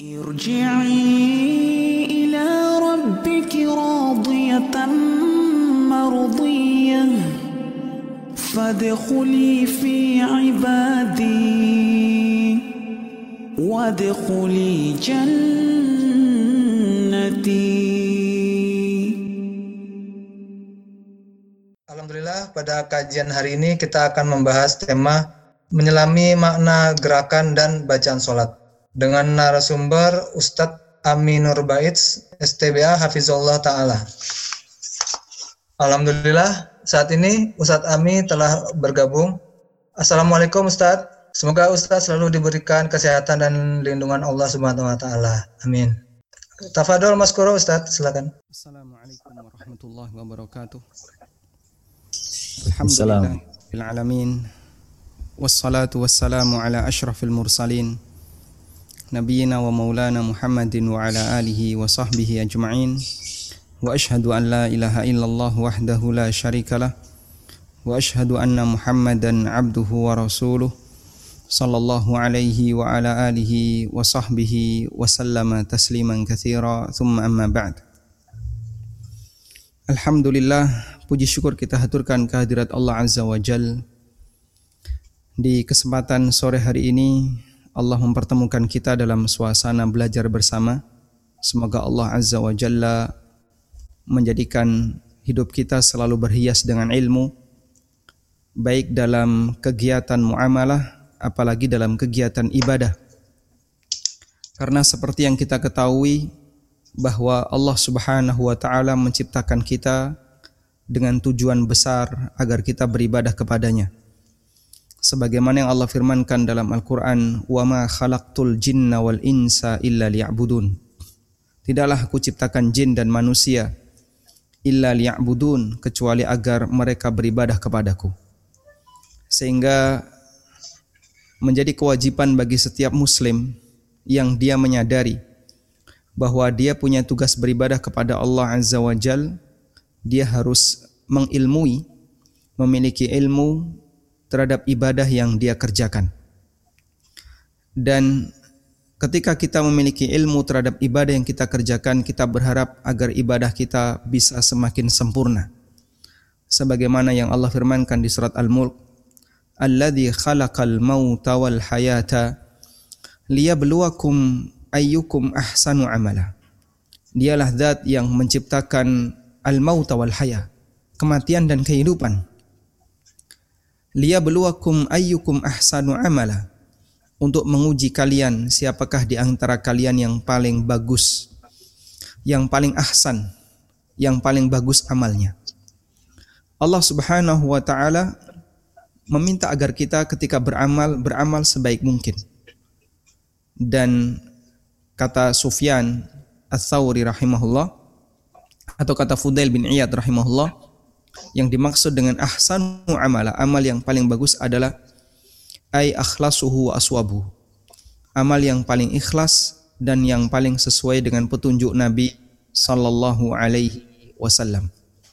ارجعي إلى ربك راضية مرضية فادخلي في عبادي وادخلي جنتي. Alhamdulillah, pada kajian hari ini kita akan membahas tema menyelami makna gerakan dan bacaan sholat dengan narasumber Ustadz Ami Nurbaits, STBA Hafizullah Ta'ala. Alhamdulillah, saat ini Ustadz Ami telah bergabung. Assalamualaikum Ustadz, semoga Ustadz selalu diberikan kesehatan dan lindungan Allah Subhanahu wa Ta'ala. Amin. Tafadhol Maskuro Ustadz, silakan. Assalamualaikum warahmatullahi wabarakatuh. Alhamdulillah bil alamin wassalatu wassalamu ala asyrafil mursalin nabiyina wa maulana Muhammadin wa ala alihi wa sahbihi ajma'in wa ashhadu an la ilaha illallah wahdahu la syarikalah wa ashhadu anna Muhammadan abduhu wa rasuluh sallallahu alaihi wa ala alihi wa sahbihi wa sallama tasliman katsira thumma amma ba'd. Alhamdulillah, puji syukur kita haturkan kehadirat Allah Azza wa Jal. Di kesempatan sore hari ini Allah mempertemukan kita dalam suasana belajar bersama. Semoga Allah Azza wa Jalla menjadikan hidup kita selalu berhias dengan ilmu, baik dalam kegiatan muamalah apalagi dalam kegiatan ibadah. Karena seperti yang kita ketahui bahwa Allah Subhanahu wa Ta'ala menciptakan kita dengan tujuan besar agar kita beribadah kepadanya. Sebagaimana yang Allah firmankan dalam Al-Quran, وَمَا خَلَقْتُ الْجِنَّ وَالْإِنسَ إِلَّا لِيَعْبُدُونَ. Tidaklah aku ciptakan jin dan manusia illa liya'budun, kecuali agar mereka beribadah kepadaku. Sehingga menjadi kewajiban bagi setiap muslim yang dia menyadari bahwa dia punya tugas beribadah kepada Allah Azza wa Jal. Dia harus mengilmui, memiliki ilmu terhadap ibadah yang dia kerjakan. Dan ketika kita memiliki ilmu terhadap ibadah yang kita kerjakan, kita berharap agar ibadah kita bisa semakin sempurna. Sebagaimana yang Allah firmankan di surat Al-Mulk, Alladzi khalaqal mauta wal hayata liyabluwakum ayyukum ahsanu amala. Dialah zat yang menciptakan al-mauta wal haya, kematian dan kehidupan. Liyabluwakum ayyukum ahsanu amala, untuk menguji kalian siapakah di antara kalian yang paling bagus, yang paling ahsan, yang paling bagus amalnya. Allah Subhanahu wa Ta'ala meminta agar kita ketika beramal sebaik mungkin. Dan kata Sufyan Ats-Tsauri rahimahullah atau kata Fudail bin Iyad rahimahullah, yang dimaksud dengan ahsanu amala, amal yang paling bagus adalah ay akhlasuhu wa aswabu, amal yang paling ikhlas dan yang paling sesuai dengan petunjuk Nabi sallallahu alaihi wasallam.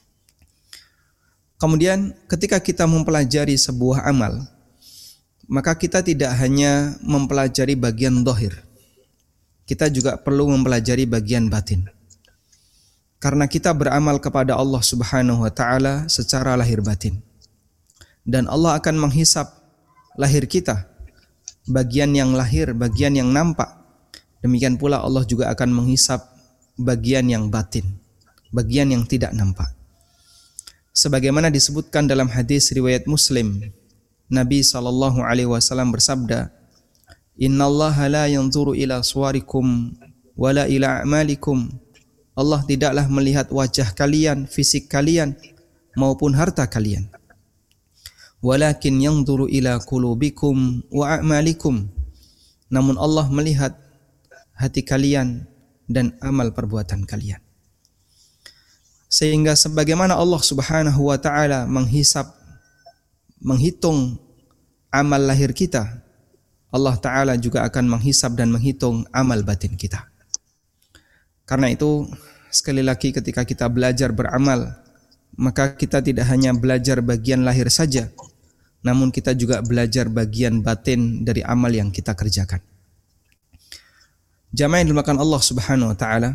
Kemudian ketika kita mempelajari sebuah amal, maka kita tidak hanya mempelajari bagian zahir, kita juga perlu mempelajari bagian batin. Karena kita beramal kepada Allah Subhanahu wa Ta'ala secara lahir batin. Dan Allah akan menghisap lahir kita, bagian yang lahir, bagian yang nampak. Demikian pula Allah juga akan menghisap bagian yang batin, bagian yang tidak nampak. Sebagaimana disebutkan dalam hadis riwayat Muslim, Nabi SAW bersabda, Innallaha la yanzuru ila suwarikum wala ila a'malikum. Allah tidaklah melihat wajah kalian, fisik kalian maupun harta kalian. Walakin yanzuru ila qulubikum wa a'malikum. Namun Allah melihat hati kalian dan amal perbuatan kalian. Sehingga sebagaimana Allah Subhanahu wa Ta'ala menghitung amal lahir kita, Allah Ta'ala juga akan menghisab dan menghitung amal batin kita. Karena itu, sekali lagi ketika kita belajar beramal, maka kita tidak hanya belajar bagian lahir saja, namun kita juga belajar bagian batin dari amal yang kita kerjakan. Jamaah yang dimuliakan Allah Subhanahu wa taala,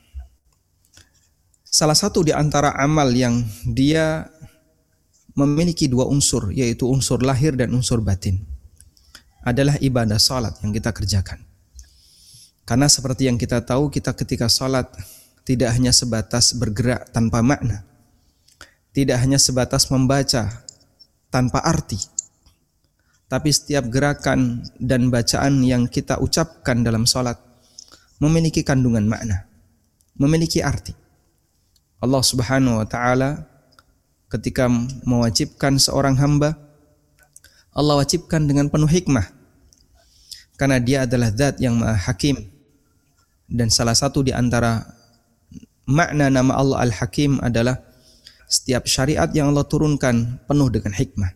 salah satu di antara amal yang dia memiliki dua unsur, yaitu unsur lahir dan unsur batin, adalah ibadah salat yang kita kerjakan. Karena seperti yang kita tahu, kita ketika salat tidak hanya sebatas bergerak tanpa makna, tidak hanya sebatas membaca tanpa arti, tapi setiap gerakan dan bacaan yang kita ucapkan dalam salat memiliki kandungan makna, memiliki arti. Allah Subhanahu wa taala ketika mewajibkan seorang hamba, Allah wajibkan dengan penuh hikmah, karena Dia adalah Zat yang Maha Hakim. Dan salah satu di antara makna nama Allah Al-Hakim adalah setiap syariat yang Allah turunkan penuh dengan hikmah.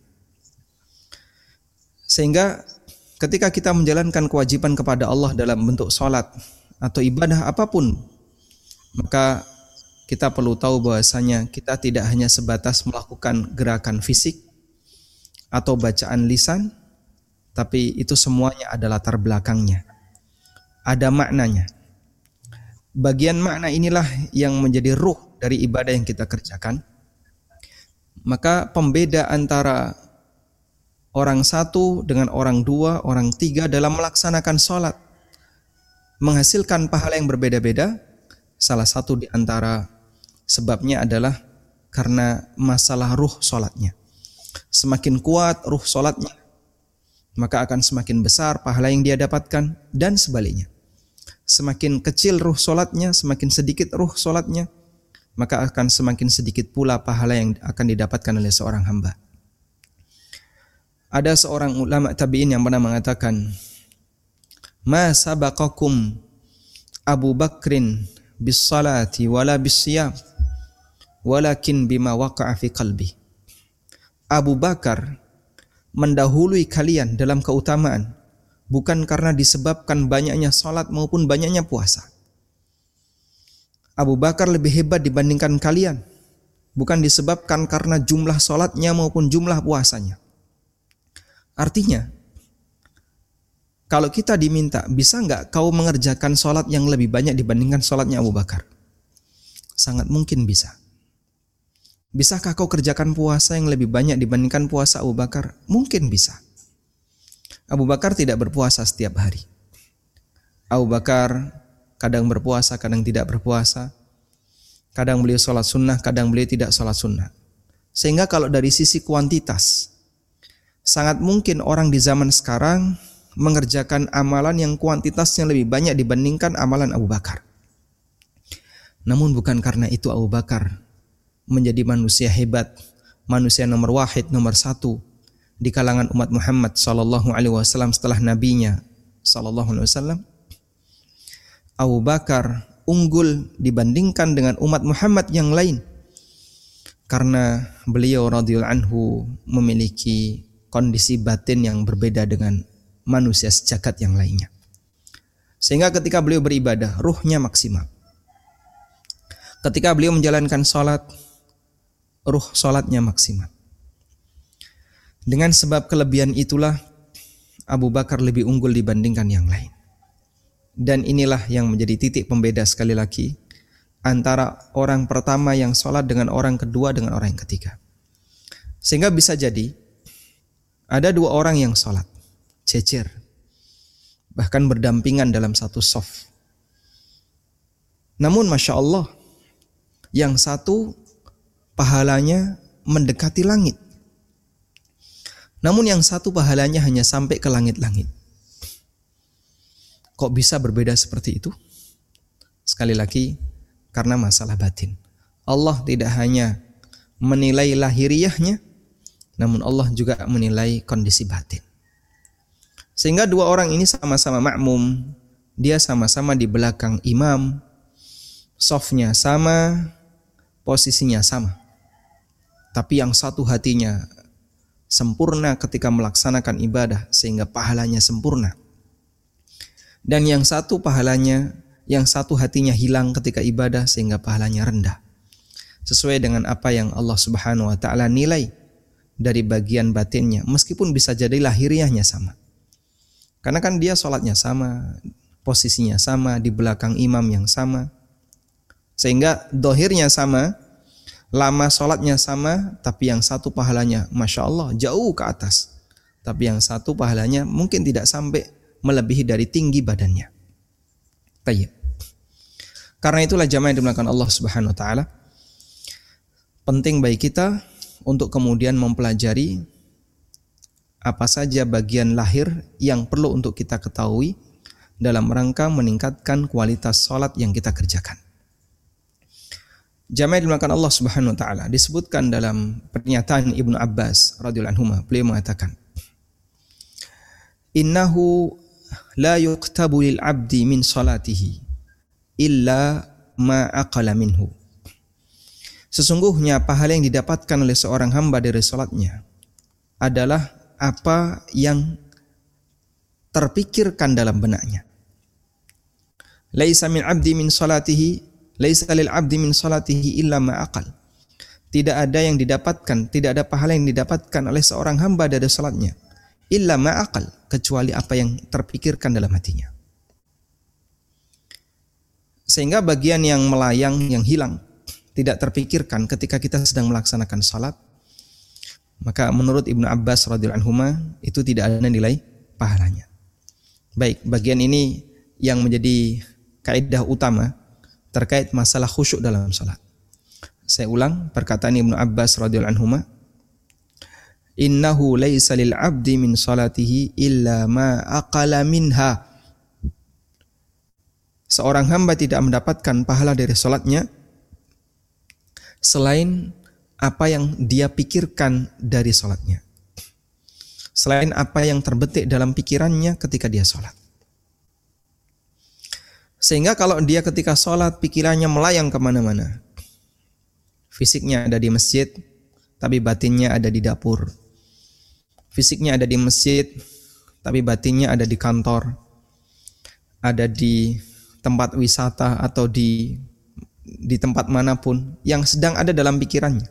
Sehingga ketika kita menjalankan kewajiban kepada Allah dalam bentuk salat atau ibadah apapun, maka kita perlu tahu bahwasanya kita tidak hanya sebatas melakukan gerakan fisik atau bacaan lisan, tapi itu semuanya ada latar belakangnya, ada maknanya. Bagian makna inilah yang menjadi ruh dari ibadah yang kita kerjakan. Maka pembeda antara orang satu dengan orang dua, orang tiga dalam melaksanakan sholat menghasilkan pahala yang berbeda-beda. Salah satu di antara sebabnya adalah karena masalah ruh sholatnya. Semakin kuat ruh sholatnya, maka akan semakin besar pahala yang dia dapatkan, dan sebaliknya. Semakin kecil ruh sholatnya, semakin sedikit ruh sholatnya, maka akan semakin sedikit pula pahala yang akan didapatkan oleh seorang hamba. Ada seorang ulama tabi'in yang pernah mengatakan, "Ma sabaqakum Abu Bakrin bis salati wala bis siyam, walakin bima waqa'a fi qalbi." Abu Bakar mendahului kalian dalam keutamaan bukan karena disebabkan banyaknya salat maupun banyaknya puasa. Abu Bakar lebih hebat dibandingkan kalian bukan disebabkan karena jumlah salatnya maupun jumlah puasanya. Artinya, kalau kita diminta, bisa nggak kau mengerjakan sholat yang lebih banyak dibandingkan sholatnya Abu Bakar? Sangat mungkin bisa. Bisakah kau kerjakan puasa yang lebih banyak dibandingkan puasa Abu Bakar? Mungkin bisa. Abu Bakar tidak berpuasa setiap hari. Abu Bakar kadang berpuasa, kadang tidak berpuasa. Kadang beliau sholat sunnah, kadang beliau tidak sholat sunnah. Sehingga kalau dari sisi kuantitas, sangat mungkin orang di zaman sekarang mengerjakan amalan yang kuantitasnya lebih banyak dibandingkan amalan Abu Bakar. Namun bukan karena itu Abu Bakar menjadi manusia hebat, manusia nomor wahid, nomor satu di kalangan umat Muhammad sallallahu alaihi wasallam setelah nabinya sallallahu alaihi wasallam. Abu Bakar unggul dibandingkan dengan umat Muhammad yang lain karena beliau radhiyallahu anhu memiliki kondisi batin yang berbeda dengan manusia sejagat yang lainnya. Sehingga ketika beliau beribadah, ruhnya maksimal. Ketika beliau menjalankan sholat, ruh sholatnya maksimal. Dengan sebab kelebihan itulah, Abu Bakar lebih unggul dibandingkan yang lain. Dan inilah yang menjadi titik pembeda sekali lagi antara orang pertama yang sholat dengan orang kedua dengan orang yang ketiga. Sehingga bisa jadi ada dua orang yang sholat jejer, bahkan berdampingan dalam satu shaf. Namun Masya Allah, yang satu pahalanya mendekati langit, namun yang satu pahalanya hanya sampai ke langit-langit. Kok bisa berbeda seperti itu? Sekali lagi, karena masalah batin. Allah tidak hanya menilai lahiriahnya, namun Allah juga menilai kondisi batin. Sehingga dua orang ini sama-sama makmum, dia sama-sama di belakang imam, shafnya sama, posisinya sama. Tapi yang satu hatinya sempurna ketika melaksanakan ibadah sehingga pahalanya sempurna. Dan yang satu pahalanya, yang satu hatinya hilang ketika ibadah sehingga pahalanya rendah. Sesuai dengan apa yang Allah Subhanahu wa taala nilai dari bagian batinnya, meskipun bisa jadi lahiriahnya sama. Karena kan dia sholatnya sama, posisinya sama, di belakang imam yang sama. Sehingga dohirnya sama, lama sholatnya sama, tapi yang satu pahalanya Masya Allah jauh ke atas. Tapi yang satu pahalanya mungkin tidak sampai melebihi dari tinggi badannya. Baik. Karena itulah jamaah yang dimuliakan Allah Subhanahu wa taala, penting bagi kita untuk kemudian mempelajari apa saja bagian lahir yang perlu untuk kita ketahui dalam rangka meningkatkan kualitas sholat yang kita kerjakan. Jamaah yang dimuliakan Allah Subhanahu wa taala, disebutkan dalam pernyataan Ibnu Abbas radhiyallahu anhu, beliau mengatakan, "Innahu la yuqtabu lil 'abdi min salatihi illa ma aqala minhu." Sesungguhnya pahala yang didapatkan oleh seorang hamba dari salatnya adalah apa yang terpikirkan dalam benaknya. Laisa min 'abdi min salatihi, laisa lil 'abdi min salatihi illa ma aqal. Tidak ada yang didapatkan, tidak ada pahala yang didapatkan oleh seorang hamba dari salatnya illa ma aqal, kecuali apa yang terpikirkan dalam hatinya. Sehingga bagian yang melayang, yang hilang, tidak terpikirkan ketika kita sedang melaksanakan salat, maka menurut Ibnu Abbas radhiyallahu anhuma itu tidak ada nilai pahalanya. Baik, bagian ini yang menjadi kaidah utama terkait masalah khusyuk dalam salat. Saya ulang perkataan Ibnu Abbas radhiyallahu anhuma, "Innahu laisa lil 'abdi min salatihi illa ma aqala minha." Seorang hamba tidak mendapatkan pahala dari salatnya selain apa yang dia pikirkan dari salatnya, selain apa yang terbetik dalam pikirannya ketika dia salat. Sehingga kalau dia ketika salat pikirannya melayang kemana-mana, fisiknya ada di masjid tapi batinnya ada di dapur, fisiknya ada di masjid tapi batinnya ada di kantor, ada di tempat wisata atau di tempat manapun yang sedang ada dalam pikirannya,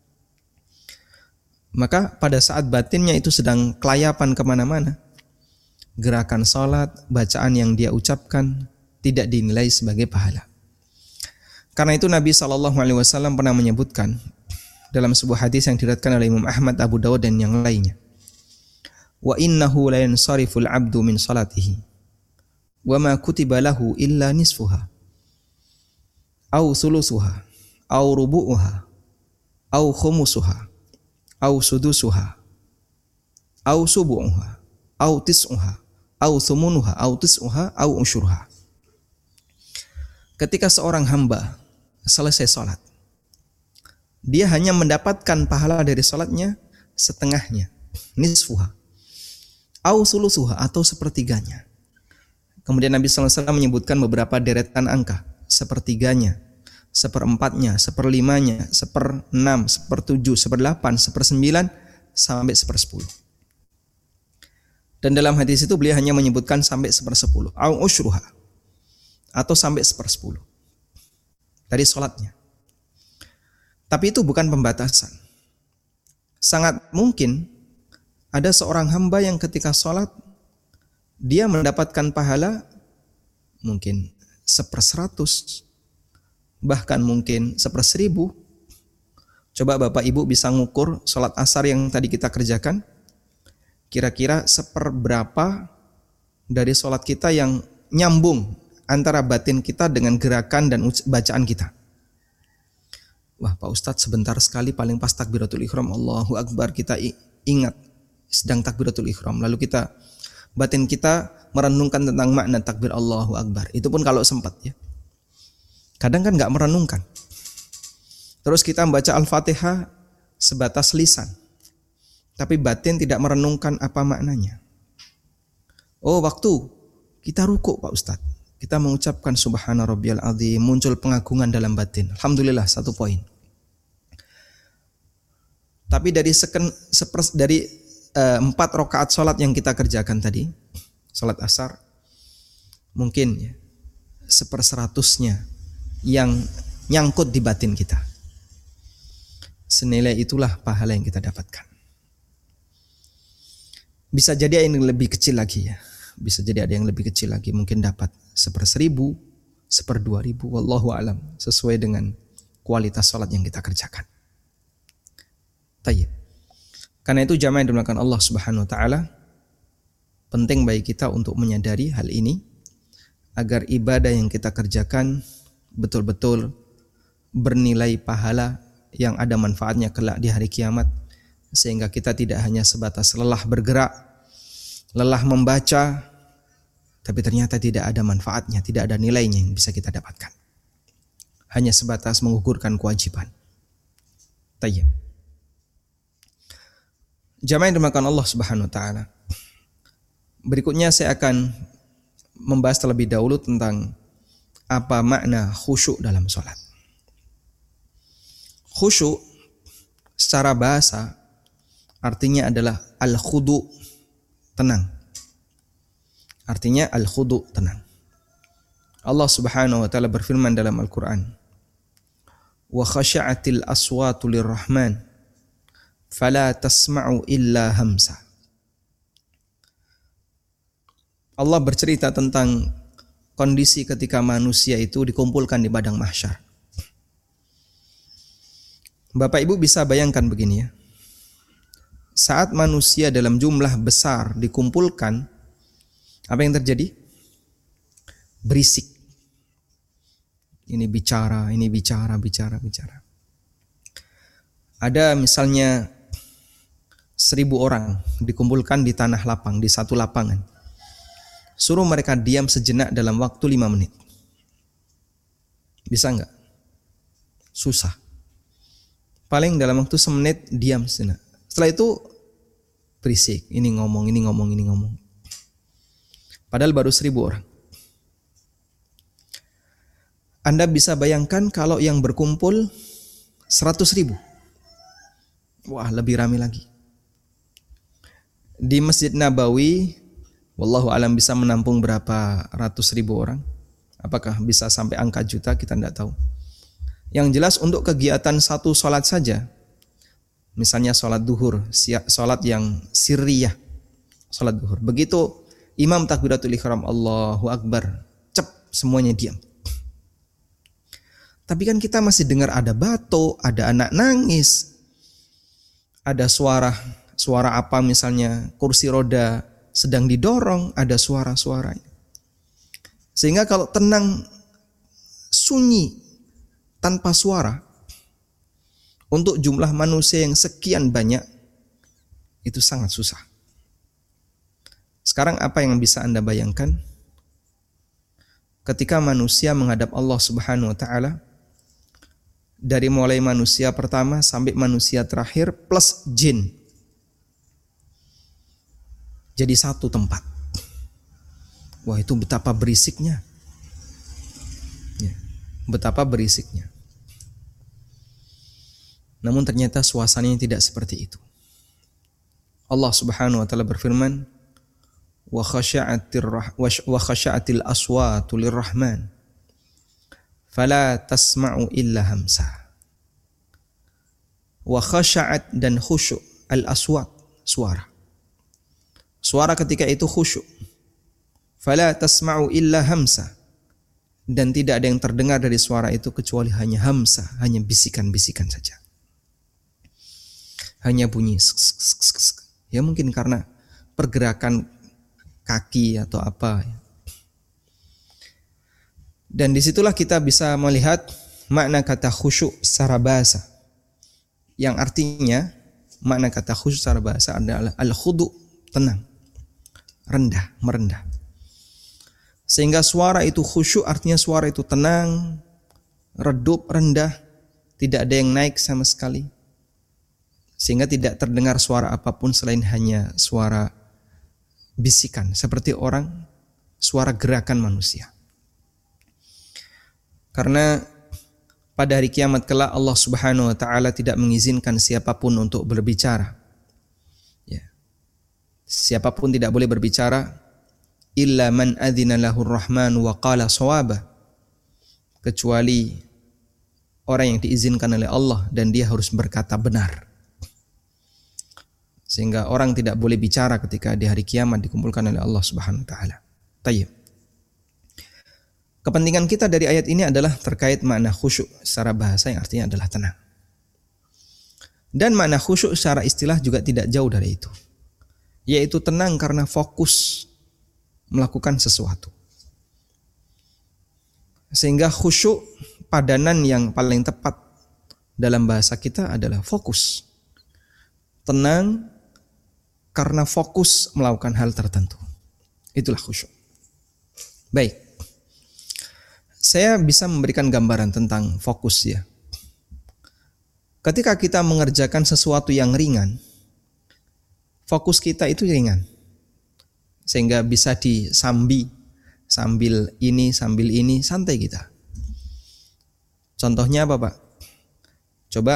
maka pada saat batinnya itu sedang kelayapan kemana-mana, gerakan salat, bacaan yang dia ucapkan tidak dinilai sebagai pahala. Karena itu Nabi SAW pernah menyebutkan dalam sebuah hadis yang diriwayatkan oleh Imam Ahmad, Abu Dawud dan yang lainnya, "Wa innahu la yansariful 'abdu min salatihi wa ma kutiba lahu illa nisfuha aw thuluthuha aw rubu'uha aw khumusuha aw sudusuha aw subu'uha aw tis'uha aw thumunuha aw tis'uha aw usyurha." Ketika seorang hamba selesai salat, dia hanya mendapatkan pahala dari salatnya setengahnya, nisfuha aw thuluthuha atau sepertiganya. Kemudian Nabi SAW menyebutkan beberapa deretan angka, sepertiganya, seperempatnya, seperlimanya, seperenam, sepertujuh, seperdelapan, sepersembilan, sampai sepersepuluh. Dan dalam hadis itu beliau hanya menyebutkan sampai sepersepuluh, au usyruha, atau sampai sepersepuluh dari sholatnya. Tapi itu bukan pembatasan. Sangat mungkin ada seorang hamba yang ketika sholat dia mendapatkan pahala mungkin 1/100, bahkan mungkin 1/1000. Coba Bapak Ibu bisa ngukur sholat asar yang tadi kita kerjakan, kira-kira seperberapa dari sholat kita yang nyambung antara batin kita dengan gerakan dan bacaan kita. Wah Pak Ustadz, sebentar sekali paling pas takbiratul ihram, Allahu Akbar, kita ingat sedang takbiratul ihram, lalu batin kita merenungkan tentang makna takbir Allahu Akbar. Itu pun kalau sempat ya. Kadang kan gak merenungkan. Terus kita membaca Al-Fatihah sebatas lisan, tapi batin tidak merenungkan apa maknanya. Oh, waktu kita rukuk Pak Ustadz, kita mengucapkan Subhana Rabbiyal Azim, muncul pengagungan dalam batin. Alhamdulillah, 1 poin. Tapi dari 4 rakaat sholat yang kita kerjakan tadi, sholat asar, mungkin ya, 1/100-nya yang nyangkut di batin kita. Senilai itulah pahala yang kita dapatkan. Bisa jadi yang lebih kecil lagi ya. Bisa jadi ada yang lebih kecil lagi, mungkin dapat 1/1000, 1/2000, wallahu alam, sesuai dengan kualitas sholat yang kita kerjakan. Tayyib. Karena itu jamaah yang dimuliakan Allah Subhanahu wa taala, penting bagi kita untuk menyadari hal ini agar ibadah yang kita kerjakan betul-betul bernilai pahala yang ada manfaatnya kelak di hari kiamat, sehingga kita tidak hanya sebatas lelah bergerak, lelah membaca, tapi ternyata tidak ada manfaatnya, tidak ada nilainya yang bisa kita dapatkan. Hanya sebatas menggugurkan kewajiban. Tayyib. Jamaah yang dimuliakan Allah Subhanahu wa taala. Berikutnya saya akan membahas terlebih dahulu tentang apa makna khusyuk dalam sholat. Khusyuk secara bahasa artinya adalah al-khudu, tenang. Artinya al-khudu, tenang. Allah Subhanahu wa taala berfirman dalam Al-Qur'an, "Wa khasha'atil aswatu lirrahman fala tasma'u illa hamsa." Allah bercerita tentang kondisi ketika manusia itu dikumpulkan di padang mahsyar. Bapak Ibu bisa bayangkan begini ya. Saat manusia dalam jumlah besar dikumpulkan, apa yang terjadi? Berisik. Ini bicara. Ada misalnya 1000 orang dikumpulkan di tanah lapang, di satu lapangan. Suruh mereka diam sejenak dalam waktu 5 menit. Bisa enggak? Susah. Paling dalam waktu semenit diam sejenak. Setelah itu berisik. Ini ngomong. Padahal baru 1000 orang. Anda bisa bayangkan kalau yang berkumpul 100.000. Wah, lebih ramai lagi. Di Masjid Nabawi, wallahu alam bisa menampung berapa ratus ribu orang. Apakah bisa sampai angka juta, kita tidak tahu. Yang jelas untuk kegiatan satu sholat saja, misalnya sholat duhur, sholat yang sirriyah, sholat duhur. Begitu imam takbiratul ihram, Allahu Akbar, cep, semuanya diam. Tapi kan kita masih dengar ada batuk, ada anak nangis, ada suara apa misalnya kursi roda sedang didorong, ada suara-suara. Sehingga kalau tenang, sunyi, tanpa suara, untuk jumlah manusia yang sekian banyak, itu sangat susah. Sekarang apa yang bisa Anda bayangkan? Ketika manusia menghadap Allah Subhanahu wa ta'ala, dari mulai manusia pertama sampai manusia terakhir plus jin, jadi satu tempat. Wah, itu betapa berisiknya. Ya, betapa berisiknya. Namun ternyata suasananya tidak seperti itu. Allah Subhanahu wa taala berfirman, "Wa khasha'atil aswatu lirrahman fala tasma'u illa hamsa." Wa khasha'at, dan khusyuk, al-aswat, suara. Suara ketika itu khusyuk. Fala tasma'u illa hamsa, dan tidak ada yang terdengar dari suara itu kecuali hanya hamsa, hanya bisikan-bisikan saja. Hanya bunyi ya, mungkin karena pergerakan kaki atau apa. Dan disitulah kita bisa melihat makna kata khusyuk secara bahasa, yang artinya makna kata khusyuk secara bahasa adalah al-khudu, tenang, rendah, merendah. Sehingga suara itu khusyuk, artinya suara itu tenang, redup, rendah, tidak ada yang naik sama sekali. Sehingga tidak terdengar suara apapun selain hanya suara bisikan, seperti suara gerakan manusia. Karena pada hari kiamat kelak Allah Subhanahu wa taala tidak mengizinkan siapapun untuk berbicara. Ya. Siapapun tidak boleh berbicara illa man adzina lahur rahman wa qala shawaba, kecuali orang yang diizinkan oleh Allah dan dia harus berkata benar. sehingga orang tidak boleh bicara ketika di hari kiamat dikumpulkan oleh Allah Subhanahu wa taala. Tayyib. Kepentingan kita dari ayat ini adalah terkait makna khusyuk secara bahasa yang artinya adalah tenang. Dan makna khusyuk secara istilah juga tidak jauh dari itu, yaitu tenang karena fokus melakukan sesuatu. Sehingga khusyuk, padanan yang paling tepat dalam bahasa kita adalah fokus. Tenang karena fokus melakukan hal tertentu. Itulah khusyuk. Baik. Saya bisa memberikan gambaran tentang fokus ya. Ketika kita mengerjakan sesuatu yang ringan, fokus kita itu ringan. Sehingga bisa disambi sambil ini, santai kita. Contohnya apa Pak? Coba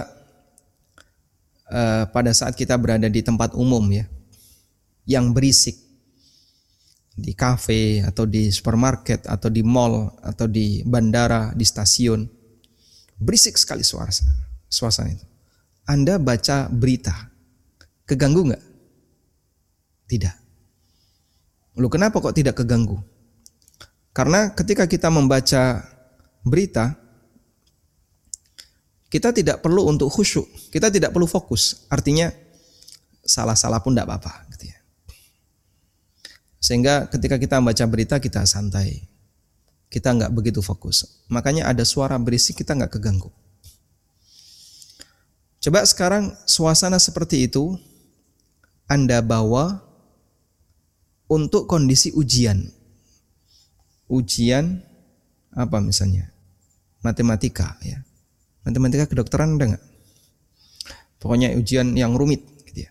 pada saat kita berada di tempat umum ya, yang berisik, di kafe atau di supermarket atau di mall atau di bandara, di stasiun, berisik sekali suasana itu. Anda baca berita, keganggu nggak? Tidak. Lalu kenapa kok tidak keganggu? Karena ketika kita membaca berita, kita tidak perlu untuk khusyuk, kita tidak perlu fokus. Artinya salah-salah pun tidak apa-apa. Gitu ya. Sehingga ketika kita membaca berita kita santai, kita nggak begitu fokus. Makanya ada suara berisik kita nggak keganggu. Coba sekarang suasana seperti itu Anda bawa untuk kondisi ujian. Ujian apa misalnya? Matematika ya. Matematika kedokteran ada nggak? Pokoknya ujian yang rumit gitu ya.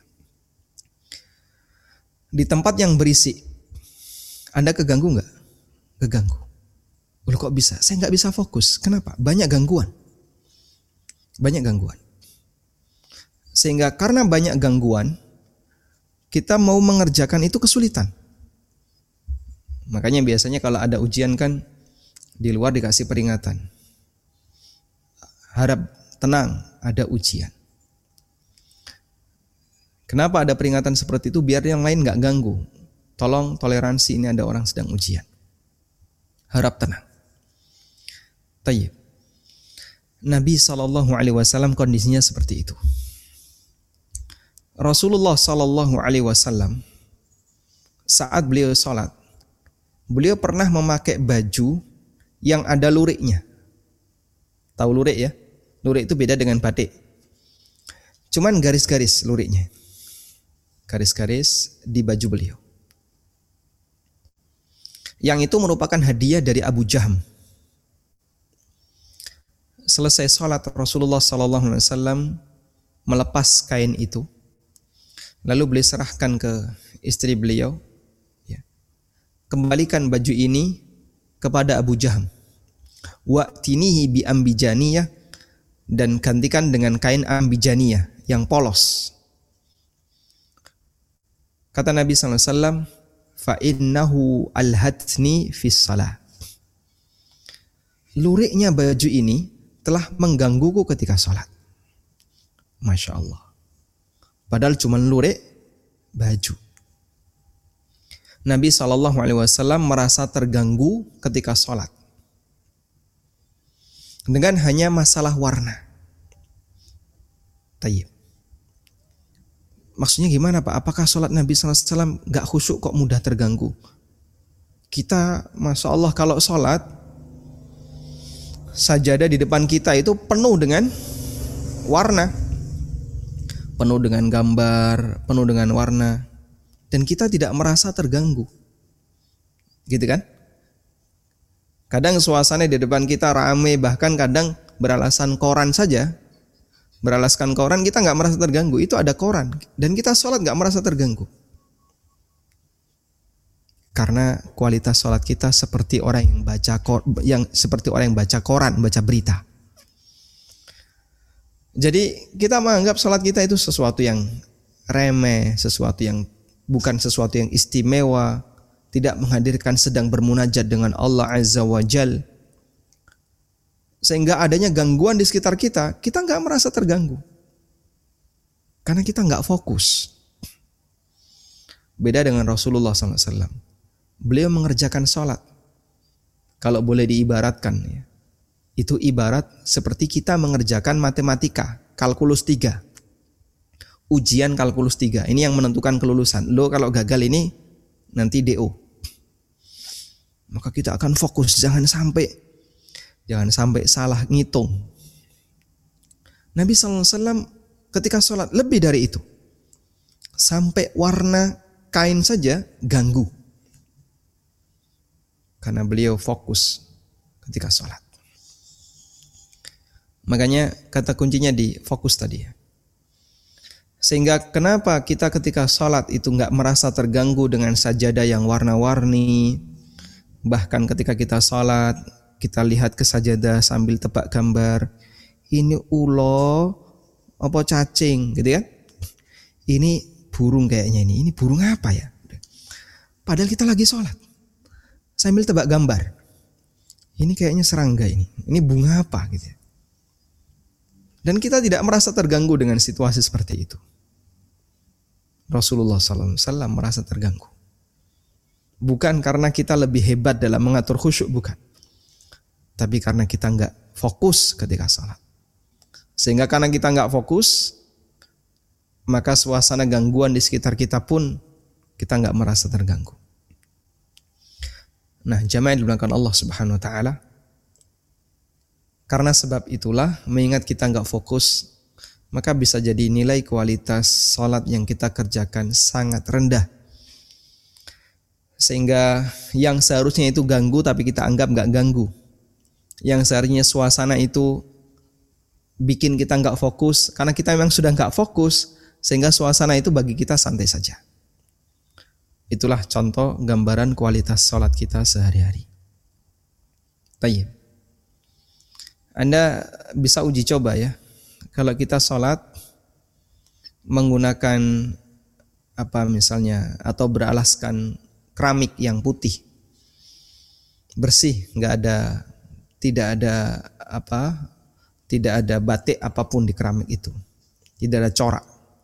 Di tempat yang berisik, Anda keganggu nggak? Keganggu. Loh kok bisa? Saya nggak bisa fokus. Kenapa? Banyak gangguan. Banyak gangguan. Sehingga karena banyak gangguan, kita mau mengerjakan itu kesulitan. Makanya biasanya kalau ada ujian kan di luar dikasih peringatan. Harap tenang, ada ujian. Kenapa ada peringatan seperti itu? Biar yang lain gak ganggu. Tolong toleransi, ini ada orang sedang ujian. Harap tenang. Tayyib. Nabi SAW kondisinya seperti itu. Rasulullah SAW saat beliau sholat, beliau pernah memakai baju yang ada luriknya. Tahu lurik ya? Lurik itu beda dengan batik. Cuman garis-garis luriknya. Garis-garis di baju beliau. Yang itu merupakan hadiah dari Abu Jahm. Selesai sholat Rasulullah SAW melepas kain itu. Lalu beliau serahkan ke istri beliau. Kembalikan baju ini kepada Abu Jahm. Wa'tinihi bi ambijaniyah, dan gantikan dengan kain ambijaniyah yang polos. Kata Nabi SAW, fa innahu alhatni fis salah. Luriknya baju ini telah menggangguku ketika sholat. Masya Allah. Padahal cuma lurik baju. Nabi SAW merasa terganggu ketika sholat dengan hanya masalah warna. Tayyib. Maksudnya gimana Pak? Apakah sholat Nabi SAW gak khusyuk kok mudah terganggu? Kita Masya Allah kalau sholat, sajadah di depan kita itu penuh dengan warna, penuh dengan gambar, penuh dengan warna. Dan kita tidak merasa terganggu. Gitu kan? Kadang suasana di depan kita ramai, bahkan kadang beralasan koran saja. Beralaskan koran kita gak merasa terganggu. Itu ada koran. Dan kita sholat gak merasa terganggu. Karena kualitas sholat kita seperti orang yang baca koran, baca berita. Jadi kita menganggap sholat kita itu sesuatu yang remeh, sesuatu yang bukan sesuatu yang istimewa, tidak menghadirkan sedang bermunajat dengan Allah Azza wa Jal. Sehingga adanya gangguan di sekitar kita, kita nggak merasa terganggu. Karena kita nggak fokus. Beda dengan Rasulullah SAW. Beliau mengerjakan sholat. Kalau boleh diibaratkan, ya, itu ibarat seperti kita mengerjakan matematika, kalkulus 3. Ujian kalkulus 3. Ini yang menentukan kelulusan. Lo kalau gagal ini nanti DO. Maka kita akan fokus, jangan sampai salah ngitung. Nabi SAW ketika sholat lebih dari itu. Sampai warna kain saja ganggu. Karena beliau fokus ketika sholat. Makanya kata kuncinya di fokus tadi ya. Sehingga kenapa kita ketika sholat itu gak merasa terganggu dengan sajadah yang warna-warni. Bahkan ketika kita sholat, kita lihat ke sajadah sambil tebak gambar. Ini ulo, apa cacing gitu kan. Ini burung kayaknya ini burung apa ya. Padahal kita lagi sholat. Sambil tebak gambar. Ini kayaknya serangga ini bunga apa gitu ya. Dan kita tidak merasa terganggu dengan situasi seperti itu. Rasulullah SAW merasa terganggu. Bukan karena kita lebih hebat dalam mengatur khusyuk, bukan. Tapi karena kita enggak fokus ketika salat. Sehingga karena kita enggak fokus, maka suasana gangguan di sekitar kita pun kita enggak merasa terganggu. Nah, jamaah yang dimuliakan Allah Subhanahu wa taala, karena sebab itulah mengingat kita enggak fokus, maka bisa jadi nilai kualitas salat yang kita kerjakan sangat rendah. Sehingga yang seharusnya itu ganggu tapi kita anggap enggak ganggu. Yang seharusnya suasana itu bikin kita enggak fokus, karena kita memang sudah enggak fokus, sehingga suasana itu bagi kita santai saja. Itulah contoh gambaran kualitas salat kita sehari-hari. Baik. Anda bisa uji coba ya. Kalau kita salat menggunakan misalnya atau beralaskan keramik yang putih, bersih, tidak ada batik apapun di keramik itu, tidak ada corak.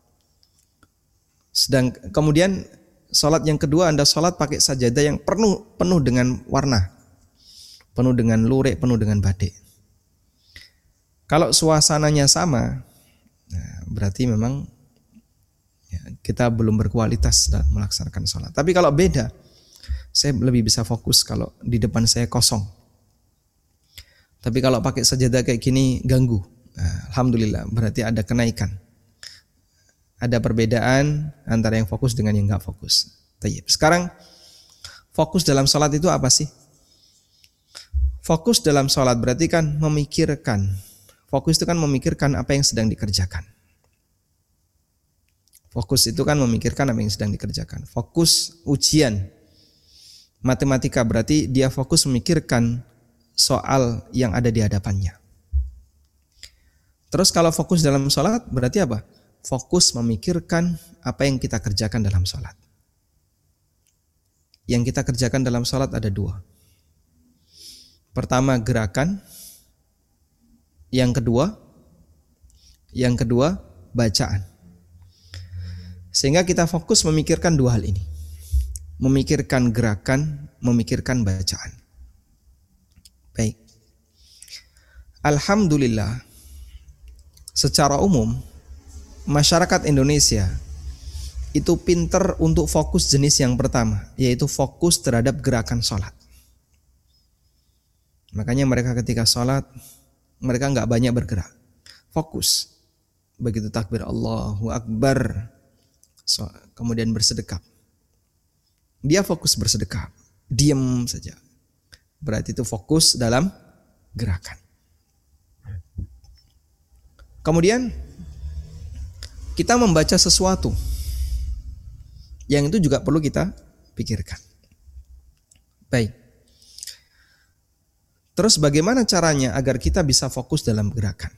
Sedang kemudian salat yang kedua Anda salat pakai sajadah yang penuh dengan warna, penuh dengan lurik, penuh dengan batik. Kalau suasananya sama, berarti memang kita belum berkualitas dalam melaksanakan salat. Tapi kalau beda, saya lebih bisa fokus kalau di depan saya kosong. Tapi kalau pakai sajadah kayak gini ganggu. Alhamdulillah, berarti ada kenaikan. Ada perbedaan antara yang fokus dengan yang enggak fokus. Sekarang fokus dalam salat itu apa sih? Fokus dalam salat berarti kan memikirkan. Fokus itu kan memikirkan apa yang sedang dikerjakan. Fokus itu kan memikirkan apa yang sedang dikerjakan. Fokus ujian matematika berarti dia fokus memikirkan soal yang ada di hadapannya. Terus kalau fokus dalam salat berarti apa? Fokus memikirkan apa yang kita kerjakan dalam salat. Yang kita kerjakan dalam salat ada 2. Pertama gerakan, yang kedua bacaan. Sehingga kita fokus memikirkan 2 hal ini. Memikirkan gerakan, memikirkan bacaan. Baik. Alhamdulillah, secara umum masyarakat Indonesia itu pinter untuk fokus jenis yang pertama, yaitu fokus terhadap gerakan sholat. Makanya mereka ketika sholat, mereka nggak banyak bergerak, fokus. Begitu takbir Allahu Akbar, kemudian bersedekap. Dia fokus bersedekap, diam saja. Berarti itu fokus dalam gerakan. Kemudian kita membaca sesuatu yang itu juga perlu kita pikirkan. Baik. Terus bagaimana caranya agar kita bisa fokus dalam gerakan?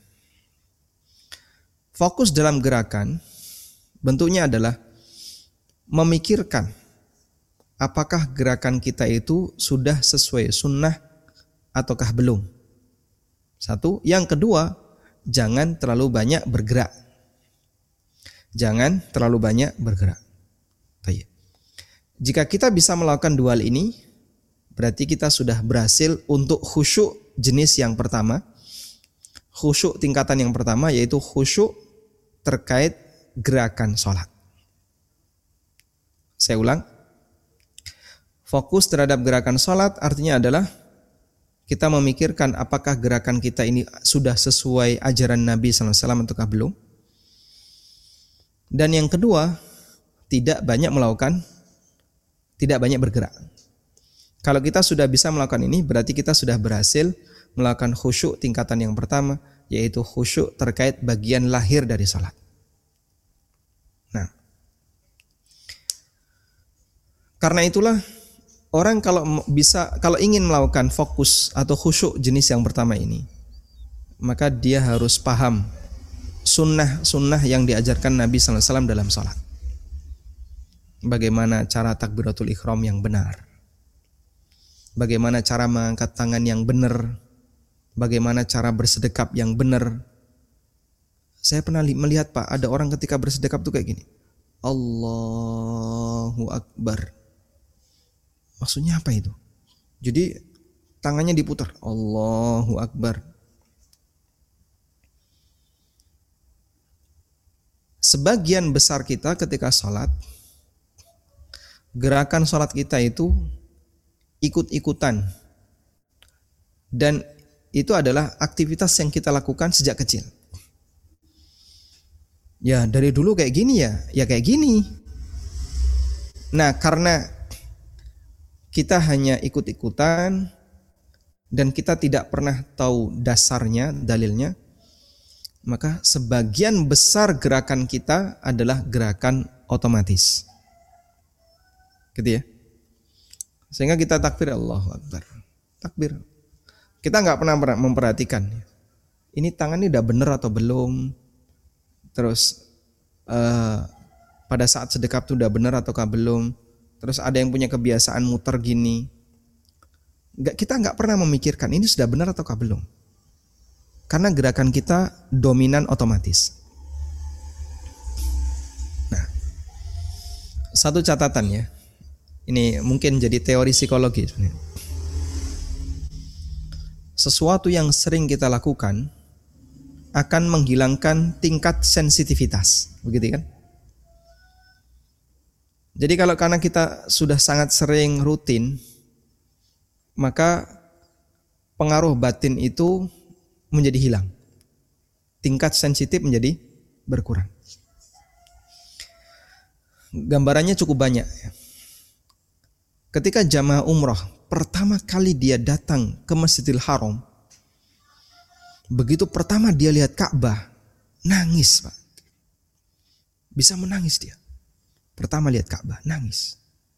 Fokus dalam gerakan bentuknya adalah memikirkan apakah gerakan kita itu sudah sesuai sunnah ataukah belum. 1. Yang kedua, jangan terlalu banyak bergerak. Jangan terlalu banyak bergerak. Jika kita bisa melakukan dua hal ini, berarti kita sudah berhasil untuk khusyuk jenis yang pertama. Khusyuk tingkatan yang pertama yaitu khusyuk terkait gerakan sholat. Saya ulang. Fokus terhadap gerakan sholat artinya adalah kita memikirkan apakah gerakan kita ini sudah sesuai ajaran Nabi SAW ataukah belum. Dan yang kedua, tidak banyak bergerak. Kalau kita sudah bisa melakukan ini, berarti kita sudah berhasil melakukan khusyuk tingkatan yang pertama, yaitu khusyuk terkait bagian lahir dari salat. Nah, karena itulah orang kalau ingin melakukan fokus atau khusyuk jenis yang pertama ini, maka dia harus paham sunnah yang diajarkan Nabi SAW dalam salat. Bagaimana cara takbiratul ihram yang benar, bagaimana cara mengangkat tangan yang benar, bagaimana cara bersedekap yang benar. Saya pernah melihat Pak, ada orang ketika bersedekap tuh kayak gini, Allahu Akbar. Maksudnya apa itu? Jadi tangannya diputar, Allahu Akbar. Sebagian besar kita ketika sholat, gerakan sholat kita itu ikut-ikutan. Dan itu adalah aktivitas yang kita lakukan sejak kecil. Ya dari dulu kayak gini ya kayak gini. Nah karena kita hanya ikut-ikutan dan kita tidak pernah tahu dasarnya, dalilnya, maka sebagian besar gerakan kita adalah gerakan otomatis. Gitu ya. Sehingga kita takbir Allahu Akbar. Takbir. Kita nggak pernah memperhatikan ini tangan ini udah bener atau belum. Terus pada saat sedekap itu udah bener ataukah belum. Terus ada yang punya kebiasaan muter gini. Kita nggak pernah memikirkan ini sudah benar ataukah belum. Karena gerakan kita dominan otomatis. Nah, satu catatan ya. Ini mungkin jadi teori psikologi. Sesuatu yang sering kita lakukan akan menghilangkan tingkat sensitivitas, begitu kan? Jadi kalau karena kita sudah sangat sering rutin, maka pengaruh batin itu menjadi hilang. Tingkat sensitif menjadi berkurang. Gambarannya cukup banyak. Ketika jamaah umrah pertama kali dia datang ke Masjidil Haram, begitu pertama dia lihat Ka'bah, nangis Pak. Bisa menangis dia. Pertama lihat Ka'bah, nangis.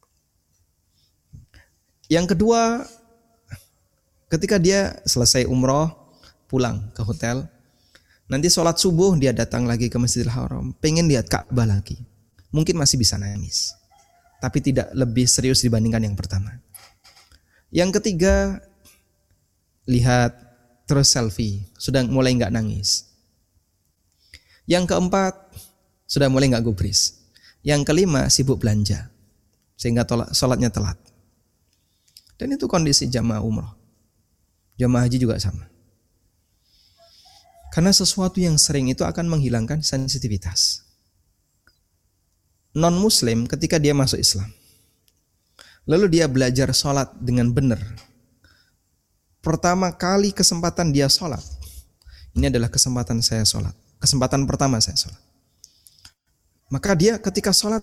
Yang kedua, ketika dia selesai umrah, pulang ke hotel, nanti sholat subuh dia datang lagi ke Masjidil Haram, pengen lihat Ka'bah lagi. Mungkin masih bisa nangis, tapi tidak lebih serius dibandingkan yang pertama. Yang ketiga, lihat terus selfie, sudah mulai nggak nangis. Yang keempat, sudah mulai nggak gubris. Yang kelima, sibuk belanja, sehingga sholatnya telat. Dan itu kondisi jamaah umrah. Jamaah haji juga sama. Karena sesuatu yang sering itu akan menghilangkan sensitivitas. Non-muslim ketika dia masuk Islam, lalu dia belajar sholat dengan benar. Pertama kali kesempatan dia sholat, ini adalah kesempatan saya sholat. Kesempatan pertama saya sholat. Maka dia ketika sholat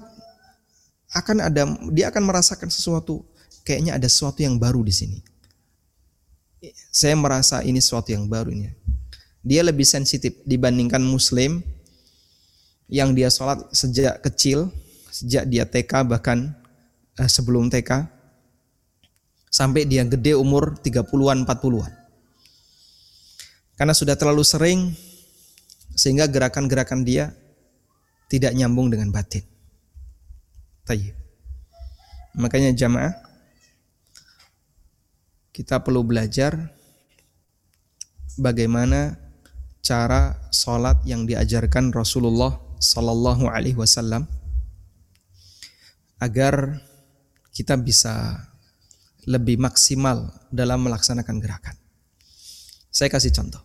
dia akan merasakan sesuatu, kayaknya ada sesuatu yang baru di sini. Saya merasa ini sesuatu yang baru ini. Dia lebih sensitif dibandingkan muslim yang dia sholat sejak kecil, sejak dia TK bahkan sebelum TK sampai dia gede umur 30-an 40-an. Karena sudah terlalu sering sehingga gerakan-gerakan dia tidak nyambung dengan batin. Tayyib. Makanya jamaah, kita perlu belajar bagaimana cara sholat yang diajarkan Rasulullah Sallallahu Alaihi Wasallam agar kita bisa lebih maksimal dalam melaksanakan gerakan. Saya kasih contoh.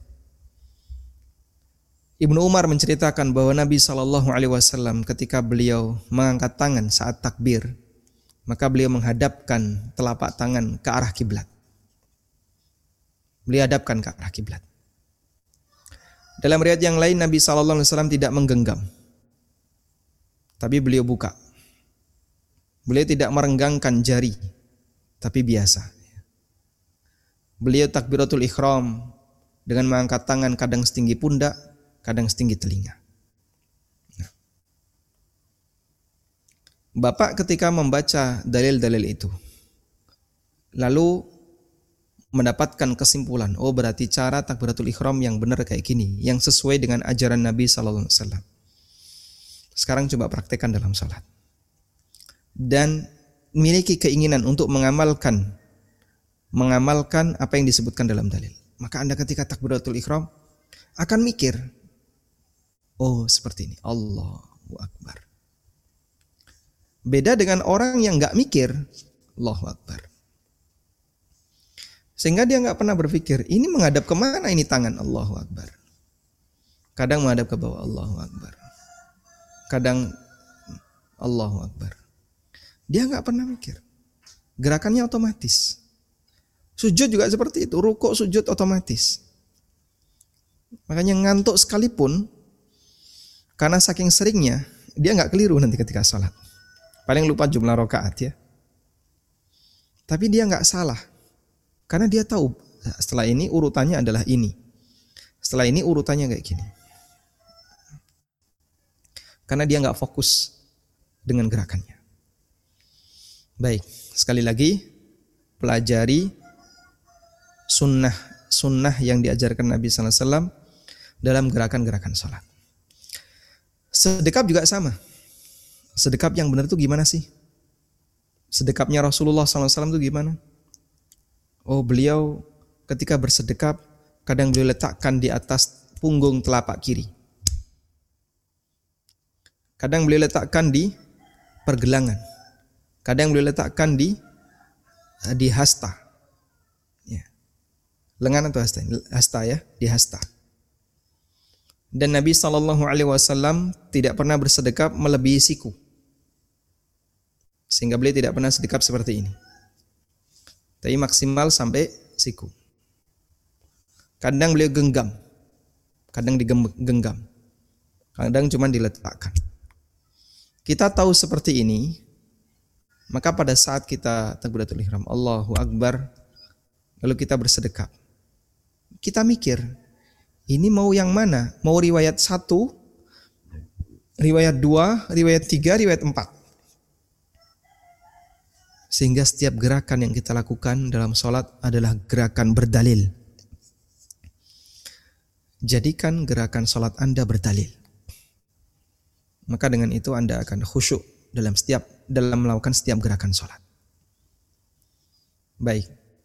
Ibnu Umar menceritakan bahwa Nabi SAW ketika beliau mengangkat tangan saat takbir, maka beliau menghadapkan telapak tangan ke arah kiblat. Beliau hadapkan ke arah kiblat. Dalam riwayat yang lain Nabi SAW tidak menggenggam, tapi beliau buka. Beliau tidak merenggangkan jari, tapi biasa. Beliau takbiratul ihram dengan mengangkat tangan kadang setinggi pundak, kadang setinggi telinga. Nah. Bapak ketika membaca dalil-dalil itu, lalu mendapatkan kesimpulan, oh berarti cara takbiratul ihram yang benar kayak gini, yang sesuai dengan ajaran Nabi SAW. Sekarang coba praktekkan dalam salat. Dan miliki keinginan untuk mengamalkan apa yang disebutkan dalam dalil. Maka Anda ketika takbiratul ihram akan mikir, oh seperti ini, Allahu Akbar. Beda dengan orang yang gak mikir, Allahu Akbar. Sehingga dia gak pernah berpikir, ini menghadap kemana ini tangan, Allahu Akbar. Kadang menghadap ke bawah, Allahu Akbar. Kadang Allahu Akbar. Dia gak pernah mikir. Gerakannya otomatis. Sujud juga seperti itu, rukuk sujud otomatis. Makanya ngantuk sekalipun, karena saking seringnya, dia gak keliru nanti ketika sholat. Paling lupa jumlah rakaat ya. Tapi dia gak salah. Karena dia tahu, setelah ini urutannya adalah ini. Setelah ini urutannya kayak gini. Karena dia gak fokus dengan gerakannya. Baik, sekali lagi, pelajari sunnah yang diajarkan Nabi SAW dalam gerakan-gerakan sholat. Sedekap juga sama. Sedekap yang benar itu gimana sih? Sedekapnya Rasulullah SAW itu gimana? Oh, beliau ketika bersedekap kadang beliau letakkan di atas punggung telapak kiri. Kadang beliau letakkan di pergelangan. Kadang beliau letakkan di hasta. Ya. Lengan atau hasta? Hasta ya, di hasta. Dan Nabi SAW tidak pernah bersedekap melebihi siku. Sehingga beliau tidak pernah sedekap seperti ini. Tapi maksimal sampai siku. Kadang beliau genggam. Kadang digenggam. Kadang cuma diletakkan. Kita tahu seperti ini, maka pada saat kita takbiratul ihram, Allahu Akbar, lalu kita bersedekap. Kita mikir, ini mau yang mana? Mau riwayat 1, riwayat 2, riwayat 3, riwayat 4. Sehingga setiap gerakan yang kita lakukan dalam sholat adalah gerakan berdalil. Jadikan gerakan sholat Anda berdalil. Maka dengan itu Anda akan khusyuk dalam melakukan setiap gerakan sholat. Baik.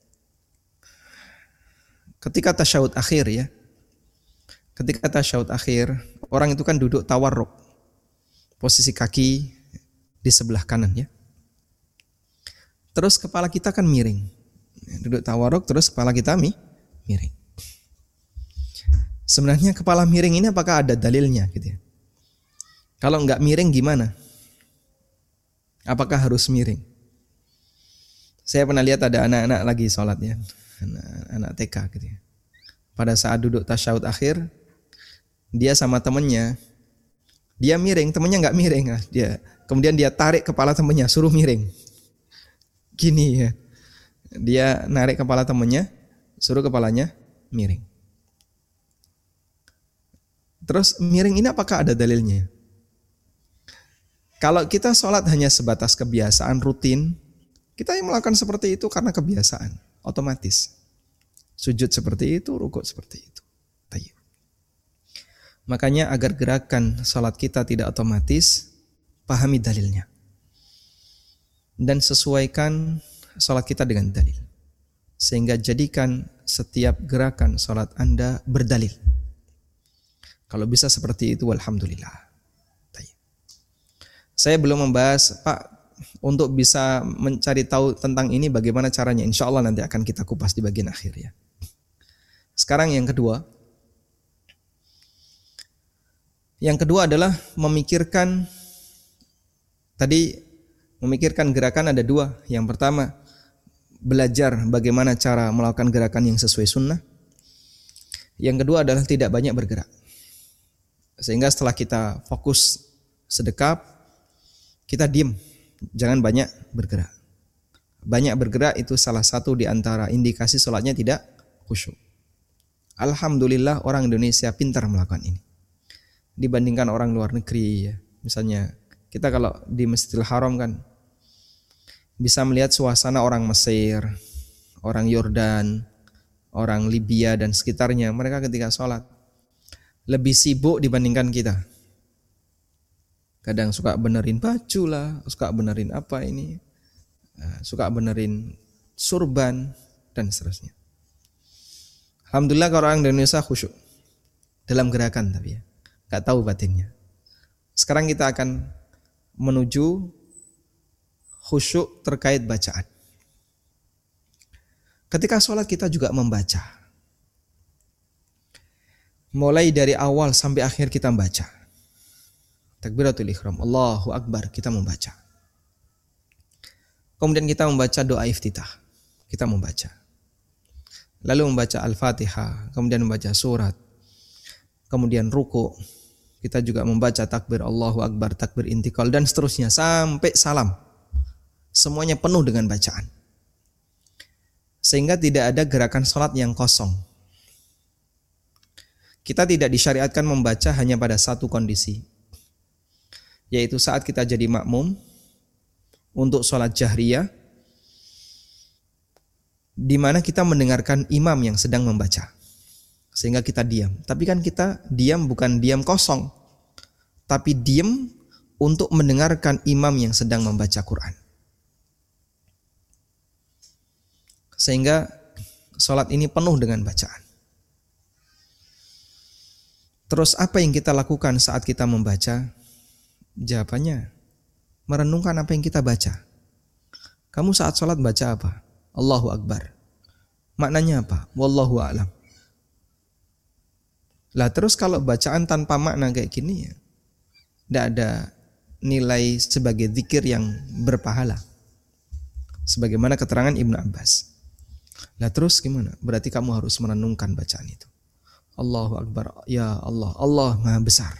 Ketika tasyahud akhir ya. Ketika tasyahud akhir, orang itu kan duduk tawarruk. Posisi kaki di sebelah kanan ya. Terus kepala kita kan miring. Duduk tawarruk terus kepala kita miring. Sebenarnya kepala miring ini apakah ada dalilnya gitu ya? Kalau enggak miring gimana? Apakah harus miring? Saya pernah lihat ada anak-anak lagi sholat ya. Anak TK gitu ya. Pada saat duduk tasyahud akhir, dia sama temannya, dia miring, temannya enggak miring. Kemudian dia tarik kepala temannya, suruh miring. Gini ya, dia narik kepala temannya, suruh kepalanya miring. Terus miring ini apakah ada dalilnya? Kalau kita sholat hanya sebatas kebiasaan rutin, kita yang melakukan seperti itu karena kebiasaan, otomatis. Sujud seperti itu, rukuk seperti itu. Tayyib. Makanya agar gerakan sholat kita tidak otomatis, pahami dalilnya. Dan sesuaikan sholat kita dengan dalil. Sehingga jadikan setiap gerakan sholat Anda berdalil. Kalau bisa seperti itu, alhamdulillah. Saya belum membahas, Pak, untuk bisa mencari tahu tentang ini bagaimana caranya, insya Allah nanti akan kita kupas di bagian akhir ya. Sekarang yang kedua. Yang kedua adalah memikirkan, tadi memikirkan gerakan ada dua. Yang pertama, belajar bagaimana cara melakukan gerakan yang sesuai sunnah. Yang kedua adalah tidak banyak bergerak. Sehingga setelah kita fokus sedekap, kita diam, jangan banyak bergerak. Banyak bergerak itu salah satu di antara indikasi sholatnya tidak khusyuk. Alhamdulillah orang Indonesia pintar melakukan ini dibandingkan orang luar negeri ya. Misalnya kita kalau di Masjidil Haram kan bisa melihat suasana orang Mesir, orang Yordan, orang Libya dan sekitarnya. Mereka ketika sholat lebih sibuk dibandingkan kita. Kadang suka benerin baju lah, suka benerin apa ini, suka benerin surban dan seterusnya. Alhamdulillah kalau orang Indonesia khusyuk dalam gerakan tapi ya, gak tahu batinnya. Sekarang kita akan menuju khusyuk terkait bacaan. Ketika sholat kita juga membaca. Mulai dari awal sampai akhir kita membaca. Takbiratul ihram, Allahu Akbar, kita membaca. Kemudian kita membaca doa iftitah. Kita membaca. Lalu membaca Al-Fatihah, kemudian membaca surat. Kemudian ruku. Kita juga membaca takbir Allahu Akbar, takbir intikal dan seterusnya sampai salam. Semuanya penuh dengan bacaan. Sehingga tidak ada gerakan sholat yang kosong. Kita tidak disyariatkan membaca hanya pada satu kondisi. Yaitu saat kita jadi makmum untuk sholat jahriyah, di mana kita mendengarkan imam yang sedang membaca. Sehingga kita diam. Tapi kan kita diam bukan diam kosong, tapi diam untuk mendengarkan imam yang sedang membaca Quran. Sehingga sholat ini penuh dengan bacaan. Terus apa yang kita lakukan saat kita membaca? Jawabannya, merenungkan apa yang kita baca. Kamu saat sholat baca apa? Allahu Akbar. Maknanya apa? Wallahu a'lam. Lah terus kalau bacaan tanpa makna kayak gini ya, tidak ada nilai sebagai zikir yang berpahala. Sebagaimana keterangan Ibnu Abbas. Lah terus gimana? Berarti kamu harus merenungkan bacaan itu. Allahu Akbar, ya Allah, Allah Maha Besar.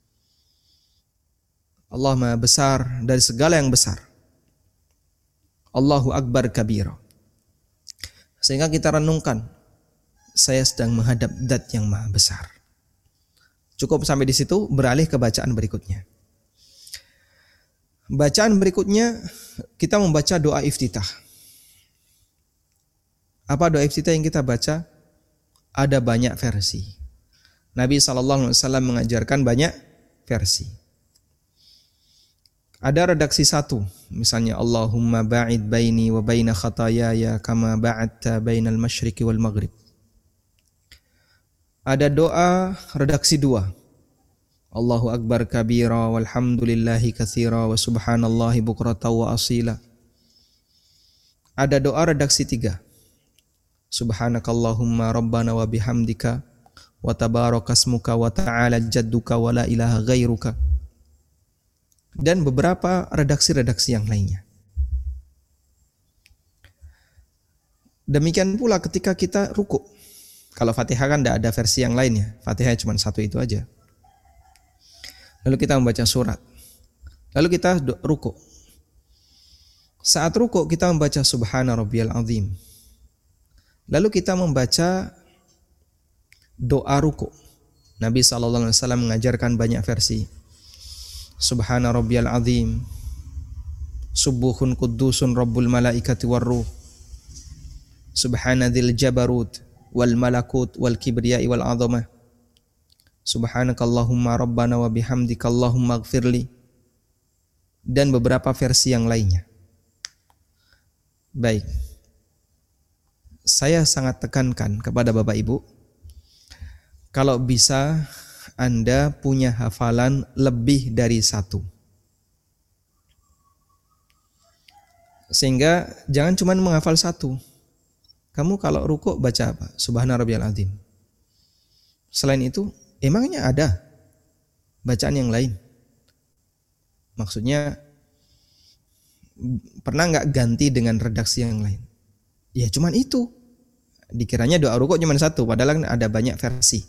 Allah Maha Besar dari segala yang besar. Allahu Akbar kabira. Sehingga kita renungkan, saya sedang menghadap Zat yang Maha Besar. Cukup sampai di situ, beralih ke bacaan berikutnya. Bacaan berikutnya kita membaca doa iftitah. Apa doa iftitah yang kita baca? Ada banyak versi. Nabi SAW mengajarkan banyak versi. Ada redaksi satu, misalnya Allahumma ba'id baini wa baina khatayaya kama ba'adta bainal masyriqi wal maghrib. Ada doa redaksi dua. Allahu Akbar kabira walhamdulillahi katsira wa subhanallahi bukrata wa asila. Ada doa redaksi tiga. Subhanakallahumma rabbana wa bihamdika wa tabarakasmuka wa ta'ala jadduka wa la ilaha ghairuka. Dan beberapa redaksi-redaksi yang lainnya. Demikian pula ketika kita ruku. Kalau Fatihah kan tidak ada versi yang lainnya. Fatihah cuma satu itu aja. Lalu kita membaca surat. Lalu kita ruku. Saat ruku kita membaca Subhana Rabbiyal Azim. Lalu kita membaca doa ruku. Nabi SAW mengajarkan banyak versi. Subhana Rabbiyal Azim. Subuhun Qudusun Rabbul Malaikati Warruh. Subhana Dzil Jabarut wal Malakut wal Kibriyai wal Azamah. Subhanakallahumma Rabbana wa bihamdika Allahumma ighfirli. Dan beberapa versi yang lainnya. Baik. Saya sangat tekankan kepada Bapak Ibu, kalau bisa Anda punya hafalan lebih dari satu. Sehingga jangan cuma menghafal satu. Kamu kalau rukuk baca apa? Subhana rabbiyal azim. Selain itu, emangnya ada bacaan yang lain? Maksudnya, pernah nggak ganti dengan redaksi yang lain? Ya cuman itu. Dikiranya doa rukuk cuma satu, padahal ada banyak versi.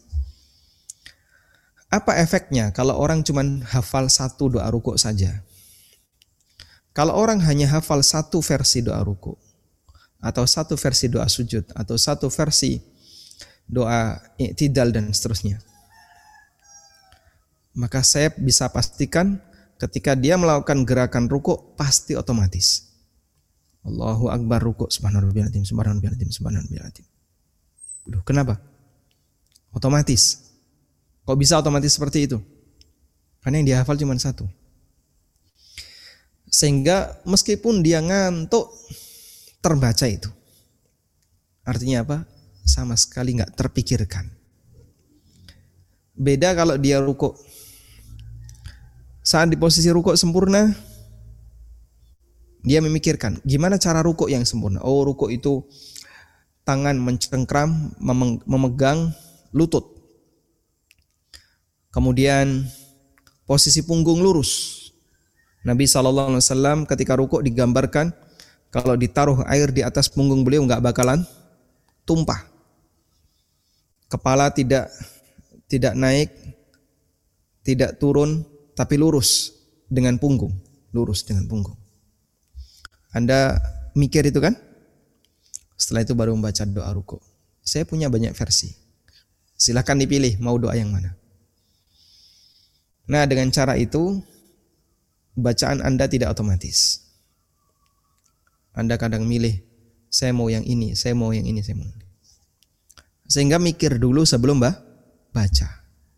Apa efeknya kalau orang cuma hafal satu doa rukuk saja? Kalau orang hanya hafal satu versi doa rukuk, atau satu versi doa sujud, atau satu versi doa i'tidal dan seterusnya, maka saya bisa pastikan ketika dia melakukan gerakan rukuk pasti otomatis. Allahu Akbar rukuk, subhanarabbiyal azim, subhanarabbiyal azim, subhanarabbiyal azim. Kenapa? Otomatis. Kok bisa otomatis seperti itu? Karena yang dihafal cuma satu. Sehingga meskipun dia ngantuk, terbaca itu. Artinya apa? Sama sekali nggak terpikirkan. Beda kalau dia rukuk. Saat di posisi rukuk sempurna, dia memikirkan gimana cara rukuk yang sempurna. Oh, rukuk itu tangan mencengkram, memegang lutut. Kemudian posisi punggung lurus. Nabi SAW ketika rukuk digambarkan kalau ditaruh air di atas punggung beliau nggak bakalan tumpah. Kepala tidak naik, tidak turun, tapi lurus dengan punggung. Lurus dengan punggung. Anda mikir itu kan? Setelah itu baru membaca doa rukuk. Saya punya banyak versi. Silahkan dipilih mau doa yang mana. Nah, dengan cara itu bacaan Anda tidak otomatis. Anda kadang milih, saya mau yang ini, saya mau yang ini, saya mau yang ini. Sehingga mikir dulu sebelum baca.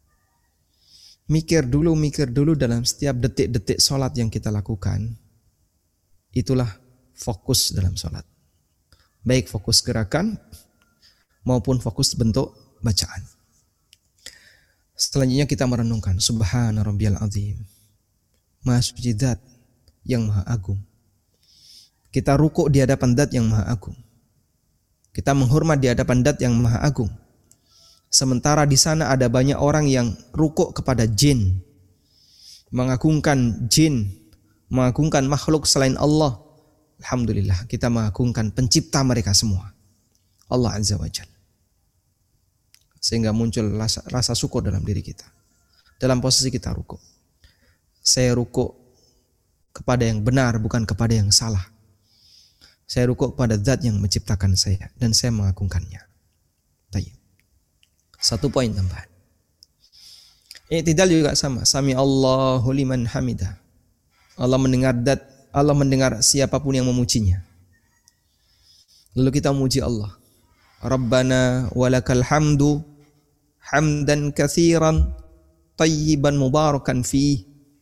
Mikir dulu dalam setiap detik-detik sholat yang kita lakukan. Itulah fokus dalam sholat. Baik fokus gerakan maupun fokus bentuk bacaan. Selanjutnya kita merenungkan Subhana rabbiyal azim. Maha suci zat yang maha agung. Kita rukuk di hadapan zat yang maha agung. Kita menghormat di hadapan zat yang maha agung. Sementara di sana ada banyak orang yang rukuk kepada jin, mengagungkan jin, mengagungkan makhluk selain Allah. Alhamdulillah kita mengagungkan pencipta mereka semua, Allah Azza wa Jalla. Sehingga muncul rasa syukur dalam diri kita. Dalam posisi kita rukuk. Saya rukuk kepada yang benar, bukan kepada yang salah. Saya rukuk kepada zat yang menciptakan saya dan saya mengagungkannya. Baik. Satu poin tambahan. I'tidal juga sama. Sami Allahu liman hamidah. Allah mendengar siapapun yang memujinya. Lalu kita memuji Allah. Rabbana walakal hamdu hamdan katsiran tayyiban mubarakan fi.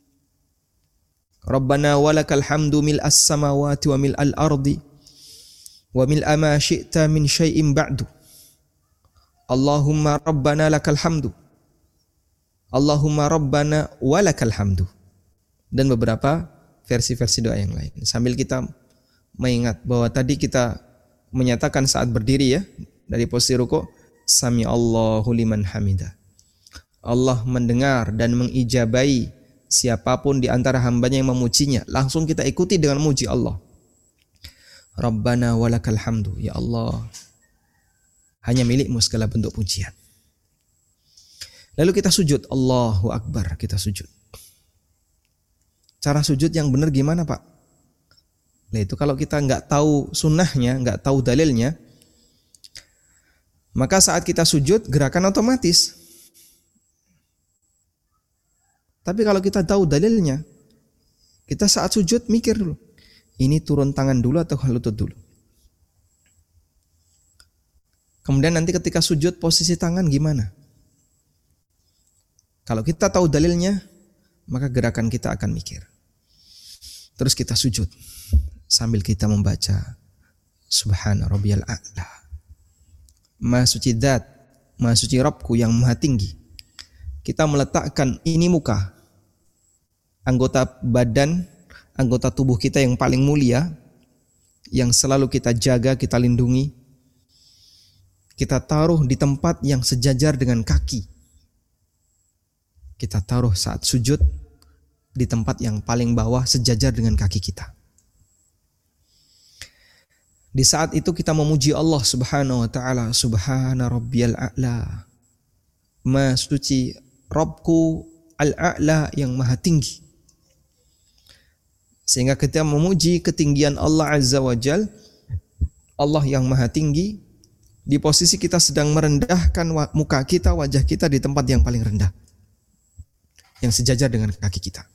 Rabbana walakal hamdu mil'as samawati wa mil'al ardi wa mil'a ma syi'ta min syai'in ba'du. Allahumma rabbana lakal hamdu. Allahumma rabbana walakal hamdu. Dan beberapa versi-versi doa yang lain. Sambil kita mengingat bahwa tadi kita menyatakan saat berdiri ya, dari posisi rukuk, Sami Allahu liman hamidah. Allah mendengar dan mengijabai siapapun di antara hambanya yang memujinya. Langsung kita ikuti dengan memuji Allah. Rabbana walakal hamdu. Ya Allah, hanya milikmu segala bentuk pujian. Lalu kita sujud. Allahu Akbar, kita sujud. Cara sujud yang benar gimana Pak? Nah itu kalau kita nggak tahu sunnahnya, nggak tahu dalilnya, maka saat kita sujud gerakan otomatis. Tapi kalau kita tahu dalilnya, kita saat sujud mikir dulu. Ini turun tangan dulu atau lutut dulu. Kemudian nanti ketika sujud posisi tangan gimana? Kalau kita tahu dalilnya, maka gerakan kita akan mikir. Terus kita sujud sambil kita membaca Subhana rabbiyal a'la. Maha suci zat, maha suci Rabbku yang maha tinggi. Kita meletakkan ini muka, anggota badan, anggota tubuh kita yang paling mulia, yang selalu kita jaga, kita lindungi, kita taruh di tempat yang sejajar dengan kaki. Kita taruh saat sujud di tempat yang paling bawah sejajar dengan kaki kita. Di saat itu kita memuji Allah Subhanahu wa taala, Subhana rabbiyal a'la. Maha suci Rabbku al-a'la yang maha tinggi. Sehingga kita memuji ketinggian Allah Azza wa Jal, Allah yang maha tinggi, di posisi kita sedang merendahkan muka kita, wajah kita di tempat yang paling rendah, yang sejajar dengan kaki kita.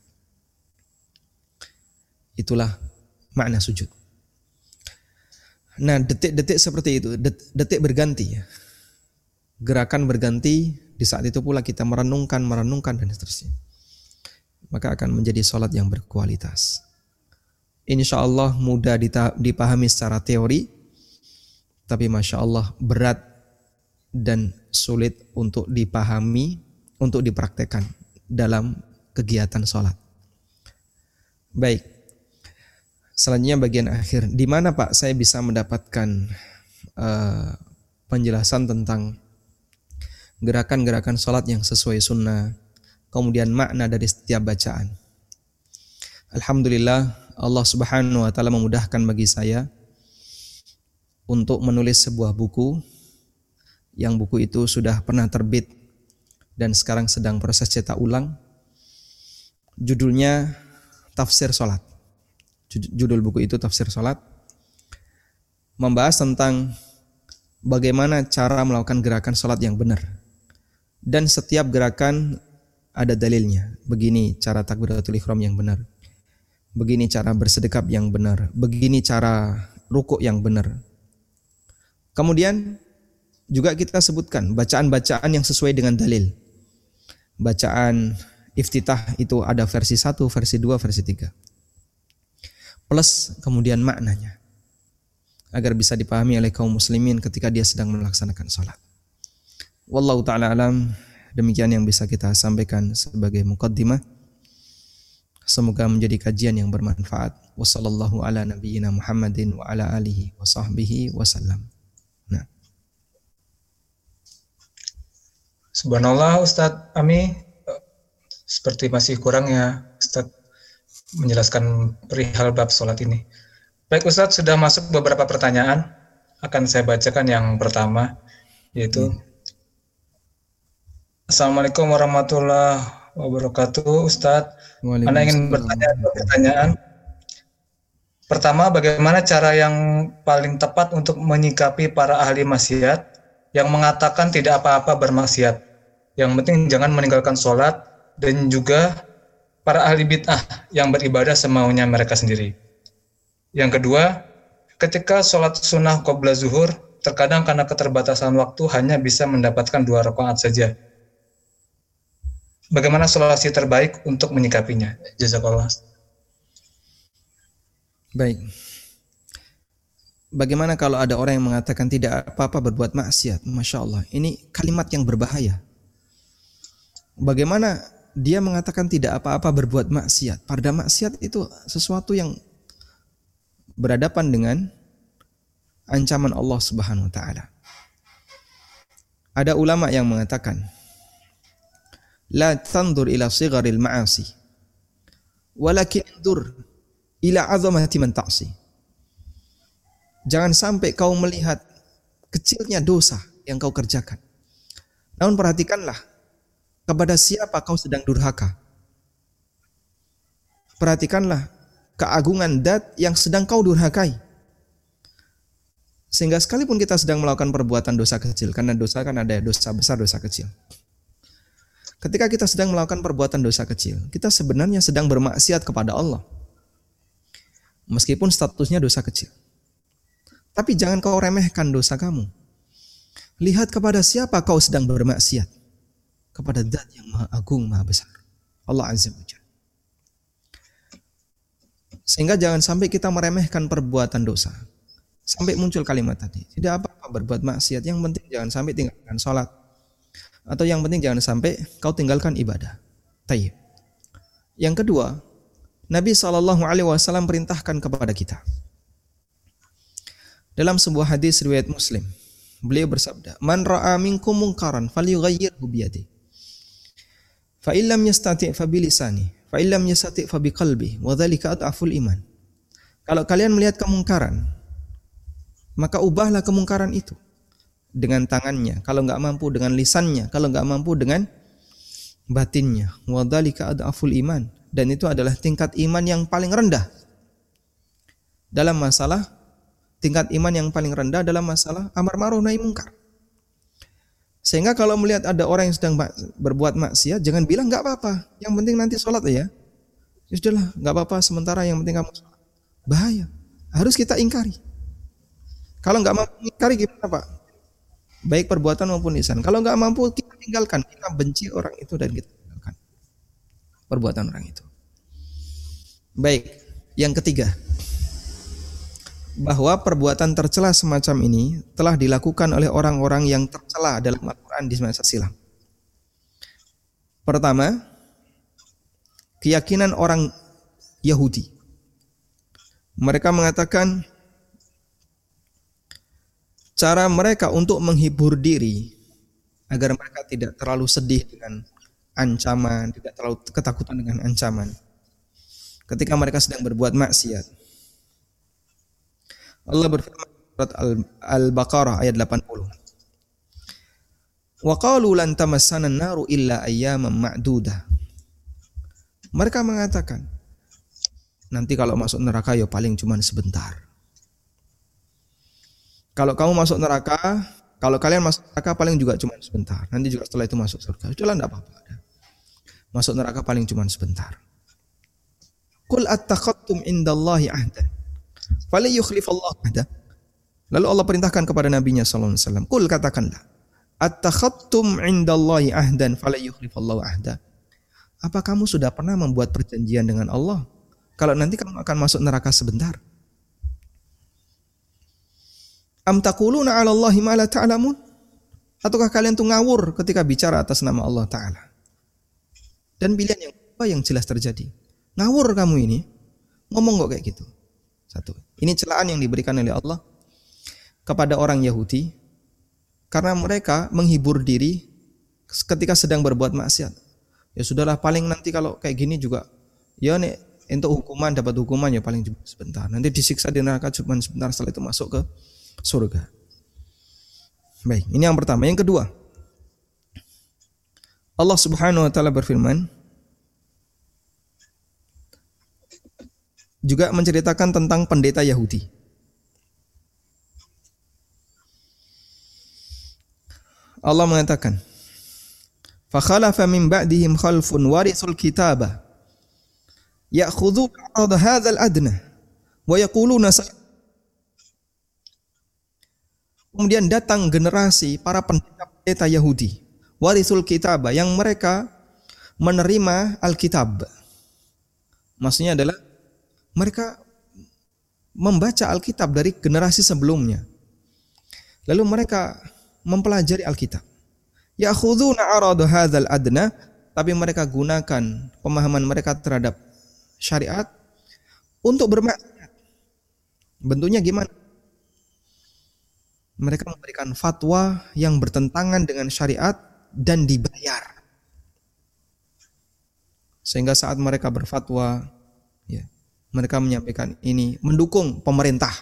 Itulah makna sujud. Nah, detik-detik seperti itu, detik berganti ya. Gerakan berganti, di saat itu pula kita merenungkan dan seterusnya. Maka akan menjadi sholat yang berkualitas. Insya Allah mudah dipahami secara teori, tapi Masya Allah berat dan sulit untuk dipahami, untuk dipraktekkan dalam kegiatan sholat. Baik, selanjutnya bagian akhir. Di mana Pak saya bisa mendapatkan penjelasan tentang gerakan-gerakan sholat yang sesuai sunnah, kemudian makna dari setiap bacaan? Alhamdulillah, Allah Subhanahu wa taala memudahkan bagi saya untuk menulis sebuah buku, yang buku itu sudah pernah terbit dan sekarang sedang proses cetak ulang. Judulnya Tafsir Salat. Judul buku itu Tafsir Salat, membahas tentang bagaimana cara melakukan gerakan salat yang benar. Dan setiap gerakan ada dalilnya. Begini cara takbiratul ihram yang benar, begini cara bersedekap yang benar, begini cara rukuk yang benar. Kemudian juga kita sebutkan bacaan-bacaan yang sesuai dengan dalil. Bacaan iftitah itu ada versi 1, versi 2, versi 3. Plus kemudian maknanya, agar bisa dipahami oleh kaum muslimin ketika dia sedang melaksanakan salat. Wallahu ta'ala alam. Demikian yang bisa kita sampaikan sebagai muqaddimah. Semoga menjadi kajian yang bermanfaat. Wassallallahu ala nabiyyina Muhammadin wa ala alihi wa sahbihi wasallam. Nah. Subhanallah, Ustadz Ami, seperti masih kurang ya Ustadz menjelaskan perihal bab sholat ini. Baik Ustadz, sudah masuk beberapa pertanyaan. Akan saya bacakan yang pertama, yaitu Assalamualaikum warahmatullahi wabarakatuh. Ustadz, Anda ingin bertanya pertanyaan. Pertama, bagaimana cara yang paling tepat untuk menyikapi para ahli maksiat yang mengatakan tidak apa-apa bermaksiat, yang penting jangan meninggalkan sholat, dan juga para ahli bid'ah yang beribadah semaunya mereka sendiri. Yang kedua, ketika sholat sunnah qabla zuhur, terkadang karena keterbatasan waktu hanya bisa mendapatkan 2 rakaat saja. Bagaimana solusi terbaik untuk menyikapinya? Jazakallah. Baik. Bagaimana kalau ada orang yang mengatakan tidak apa-apa berbuat maksiat? Masya Allah, ini kalimat yang berbahaya. Bagaimana dia mengatakan tidak apa-apa berbuat maksiat? Pada maksiat itu sesuatu yang berhadapan dengan ancaman Allah Subhanahu wa taala. Ada ulama yang mengatakan, la tandur ila sigharil ma'asi, walakin indur ila azamati man ta'si. Jangan sampai kau melihat kecilnya dosa yang kau kerjakan, namun perhatikanlah kepada siapa kau sedang durhaka. Perhatikanlah keagungan zat yang sedang kau durhakai. Sehingga sekalipun kita sedang melakukan perbuatan dosa kecil, karena dosa kan ada dosa besar, dosa kecil. Ketika kita sedang melakukan perbuatan dosa kecil, kita sebenarnya sedang bermaksiat kepada Allah. Meskipun statusnya dosa kecil. Tapi jangan kau remehkan dosa kamu. Lihat kepada siapa kau sedang bermaksiat. Kepada zat yang maha agung, maha besar, Allah Azza wa Jalla. Sehingga jangan sampai kita meremehkan perbuatan dosa. Sampai muncul kalimat tadi, tidak apa-apa berbuat maksiat, yang penting jangan sampai tinggalkan sholat. Atau yang penting jangan sampai kau tinggalkan ibadah. Tayyib. Yang kedua, Nabi SAW perintahkan kepada kita Dalam sebuah hadis riwayat Muslim, beliau bersabda, "Man ra'a minkum munkaran falyughayyirhu bi yadihi. Fa illam yastati' fa bi lisanihi, fa illam yastati' fa bi qalbihi, wa dzalika adhaful iman." Kalau kalian melihat kemungkaran, maka ubahlah kemungkaran itu dengan tangannya, kalau enggak mampu dengan lisannya, kalau enggak mampu dengan batinnya. Wa dzalika adhaful iman, dan itu adalah tingkat iman yang paling rendah. Dalam masalah tingkat iman yang paling rendah dalam masalah amar ma'ruf nahi munkar. Sehingga kalau melihat ada orang yang sedang berbuat maksiat, jangan bilang enggak apa-apa, yang penting nanti sholat ya. Ya sudahlah, enggak apa-apa sementara, yang penting kamu sholat. Bahaya. Harus kita ingkari. Kalau enggak mampu ingkari gimana, Pak? Baik perbuatan maupun lisan. Kalau enggak mampu, kita tinggalkan. Kita benci orang itu dan kita tinggalkan perbuatan orang itu. Baik, yang ketiga, bahwa perbuatan tercela semacam ini telah dilakukan oleh orang-orang yang tercela dalam Al-Quran di masa silam. Pertama, keyakinan orang Yahudi. Mereka mengatakan cara mereka untuk menghibur diri agar mereka tidak terlalu sedih dengan ancaman, tidak terlalu ketakutan dengan ancaman ketika mereka sedang berbuat maksiat. Allah berfirman surat Al-Baqarah ayat 80. Wa qalu lan tamassana an-naru illa ayyaman ma'dudah. Mereka mengatakan, nanti kalau masuk neraka ya paling cuma sebentar. Kalau kamu masuk neraka, kalau kalian masuk neraka paling juga cuma sebentar. Nanti juga setelah itu masuk surga. Sudahlah, enggak apa-apa. Masuk neraka paling cuma sebentar. Qul attakhadtum indallahi ahdan fala yukhlifallahu ahda. Lalu Allah perintahkan kepada nabinya sallallahu alaihi wasallam, "Qul," katakanlah, "attakhadtum indallahi ahdan fala yukhlifallahu ahda." Apa kamu sudah pernah membuat perjanjian dengan Allah kalau nanti kamu akan masuk neraka sebentar? Am taquluna 'ala Allahi ma la ta'lamun? Ataukah kalian tuh ngawur ketika bicara atas nama Allah Ta'ala? Dan pilihan yang apa yang jelas terjadi? Ngawur kamu ini, ngomong kok kayak gitu. Satu, ini celaan yang diberikan oleh Allah kepada orang Yahudi karena mereka menghibur diri ketika sedang berbuat maksiat. Ya sudahlah, paling nanti kalau kayak gini juga ya nek untuk hukuman, dapat hukuman ya paling cuma sebentar. Nanti disiksa di neraka cuma sebentar, setelah itu masuk ke surga. Baik, ini yang pertama. Yang kedua, Allah Subhanahu wa taala berfirman juga menceritakan tentang pendeta Yahudi. Allah mengatakan, "Fa khalafa min ba'dihim khalfun warithul kitaba ya'khudhuna 'arada hadzal adna wa yaquluna." Kemudian datang generasi para pendeta Yahudi, warithul kitab, yang mereka menerima Alkitab. Maksudnya adalah mereka membaca Alkitab dari generasi sebelumnya. Lalu mereka mempelajari Alkitab. Ya'khudhuna 'arada hadzal adna, tapi mereka gunakan pemahaman mereka terhadap syariat untuk bermaksiat. Bentuknya gimana? Mereka memberikan fatwa yang bertentangan dengan syariat dan dibayar. Sehingga saat mereka berfatwa, ya, mereka menyampaikan ini mendukung pemerintah,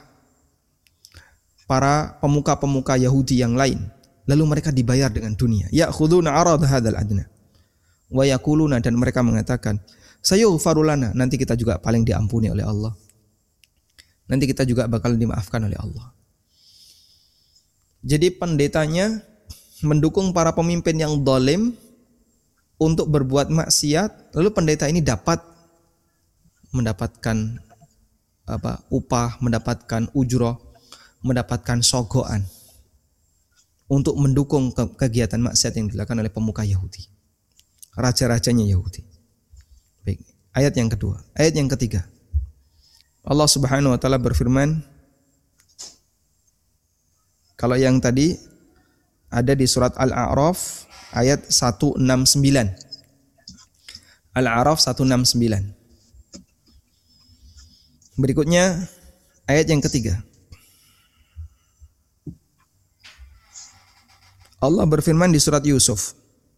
para pemuka-pemuka Yahudi yang lain. Lalu mereka dibayar dengan dunia. Ya'khuduna 'arada hadzal adna wa yaquluna, dan mereka mengatakan, sayughfaru lana, nanti kita juga paling diampuni oleh Allah. Nanti kita juga bakal dimaafkan oleh Allah. Jadi pendetanya mendukung para pemimpin yang zalim untuk berbuat maksiat, lalu pendeta ini mendapatkan upah, mendapatkan ujroh, mendapatkan sogoan untuk mendukung kegiatan maksiat yang dilakukan oleh pemuka Yahudi, raja-rajanya Yahudi. Baik, ayat yang kedua. Ayat yang ketiga, Allah Subhanahu wa taala berfirman, kalau yang tadi ada di surat Al-A'raf ayat 169. Al-A'raf 169. Berikutnya ayat yang ketiga. Allah berfirman di surat Yusuf.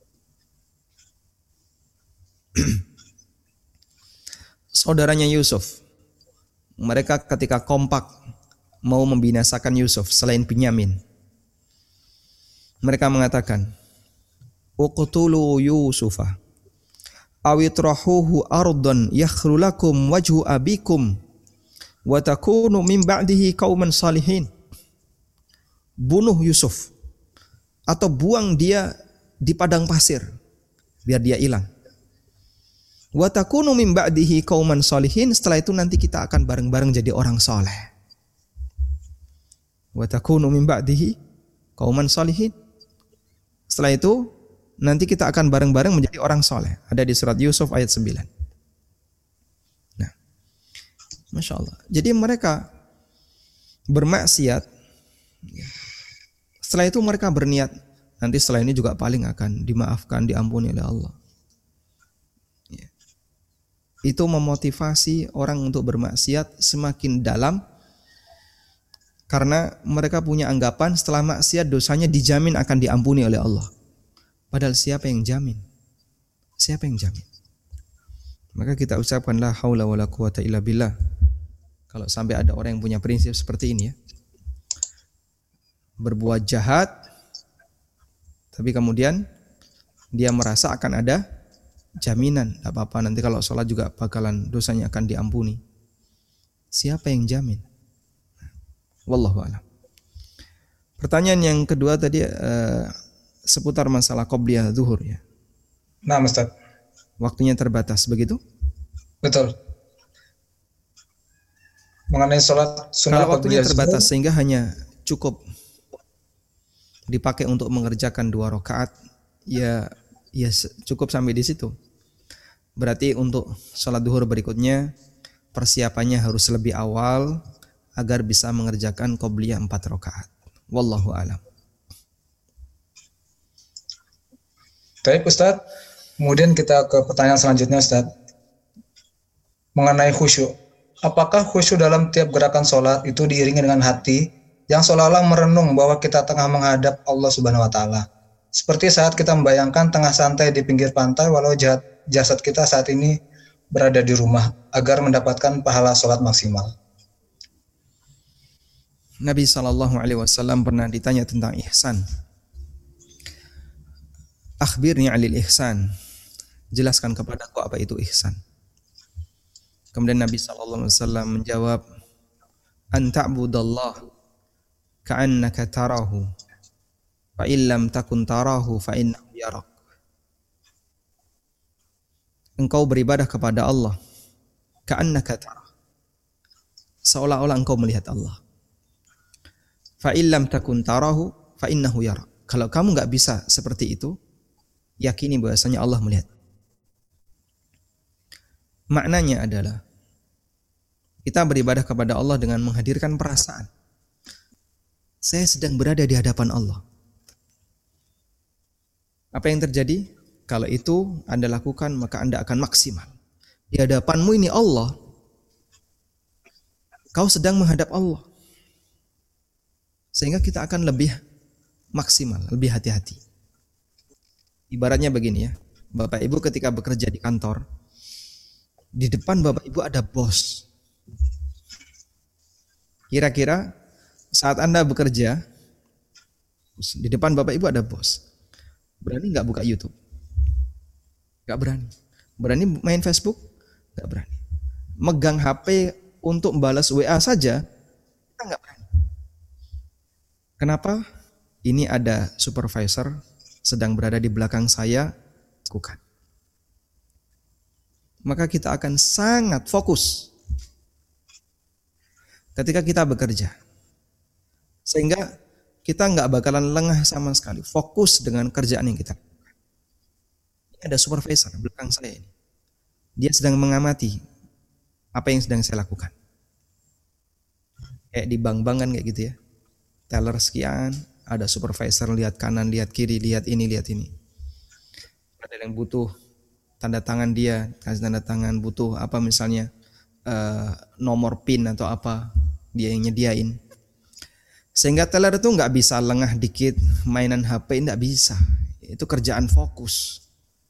Saudaranya Yusuf, mereka ketika kompak mau membinasakan Yusuf selain Binyamin, mereka mengatakan, uqtulu Yusufa awitrahuhu ardon yakhlu lakum wajhu abikum wa takunu min ba'dihi qauman salihin. Bunuh Yusuf atau buang dia di padang pasir biar dia hilang. Wa takunu min ba'dihi qauman salihin, setelah itu nanti kita akan bareng-bareng jadi orang saleh. Wa takunu min ba'dihi qauman salihin. Setelah itu nanti kita akan bareng-bareng menjadi orang saleh. Ada di surat Yusuf ayat 9. Nah, Masya Allah. Jadi mereka bermaksiat. Setelah itu mereka berniat, nanti setelah ini juga paling akan dimaafkan, diampuni oleh Allah. Itu memotivasi orang untuk bermaksiat semakin dalam, karena mereka punya anggapan setelah maksiat dosanya dijamin akan diampuni oleh Allah. Padahal siapa yang jamin? Siapa yang jamin? Maka kita ucapkan la haula wala quwata illa billah kalau sampai ada orang yang punya prinsip seperti ini ya. Berbuat jahat tapi kemudian dia merasa akan ada jaminan, tidak apa-apa, nanti kalau sholat juga bakalan dosanya akan diampuni. Siapa yang jamin? Wallahu a'lam. Pertanyaan yang kedua tadi seputar masalah qobliyah zuhur ya. Nah, Ustaz. Waktunya terbatas, begitu? Betul. Mengenai sholat sunnah kalau waktunya qobliyah terbatas zuhur, sehingga hanya cukup dipakai untuk mengerjakan 2 rakaat, ya cukup sampai di situ. Berarti untuk sholat duhur berikutnya persiapannya harus lebih awal agar bisa mengerjakan qobliyah 4 rakaat. Wallahu a'lam. Baik Ustaz. Kemudian kita ke pertanyaan selanjutnya Ustaz. Mengenai khusyuk. Apakah khusyuk dalam tiap gerakan sholat itu diiringi dengan hati yang seolah-olah merenung bahwa kita tengah menghadap Allah Subhanahu wa taala? Seperti saat kita membayangkan tengah santai di pinggir pantai walau jasad kita saat ini berada di rumah agar mendapatkan pahala sholat maksimal. Nabi SAW pernah ditanya tentang ihsan. Akhbirni 'anil ihsan. Jelaskan kepadaku apa itu ihsan. Kemudian Nabi SAW menjawab, an ta'budallah ka'annaka tarahu fa illam takun tarahu fa innahu yarak. Engkau beribadah kepada Allah ka'annaka tarah, seolah-olah engkau melihat Allah. Fa illam takun tarahu fa innahu yarak. Kalau kamu enggak bisa seperti itu, yakini bahwasanya Allah melihat. Maknanya adalah kita beribadah kepada Allah dengan menghadirkan perasaan. Saya sedang berada di hadapan Allah. Apa yang terjadi? Kalau itu Anda lakukan, maka Anda akan maksimal. Di hadapanmu ini Allah. Kau sedang menghadap Allah. Sehingga kita akan lebih maksimal, lebih hati-hati. Ibaratnya begini ya. Bapak Ibu ketika bekerja di kantor, di depan Bapak Ibu ada bos. Kira-kira saat Anda bekerja, di depan Bapak Ibu ada bos. Berani nggak buka YouTube? Nggak berani. Berani main Facebook? Nggak berani. Megang HP untuk membalas WA saja, kita nggak berani. Kenapa? Ini ada supervisor sedang berada di belakang saya, lakukan. Maka kita akan sangat fokus ketika kita bekerja. Sehingga kita nggak bakalan lengah sama sekali. Fokus dengan kerjaan yang kita lakukan. Ini ada supervisor belakang saya ini. Dia sedang mengamati apa yang sedang saya lakukan. Kayak di bank-bank kan kayak gitu ya. Teller sekian, ada supervisor lihat kanan, lihat kiri, lihat ini, lihat ini. Ada yang butuh tanda tangan dia, kasih tanda tangan, butuh apa misalnya nomor PIN atau apa, dia yang nyediain. Sehingga teler itu nggak bisa lengah dikit mainan HP, nggak bisa. Itu kerjaan fokus.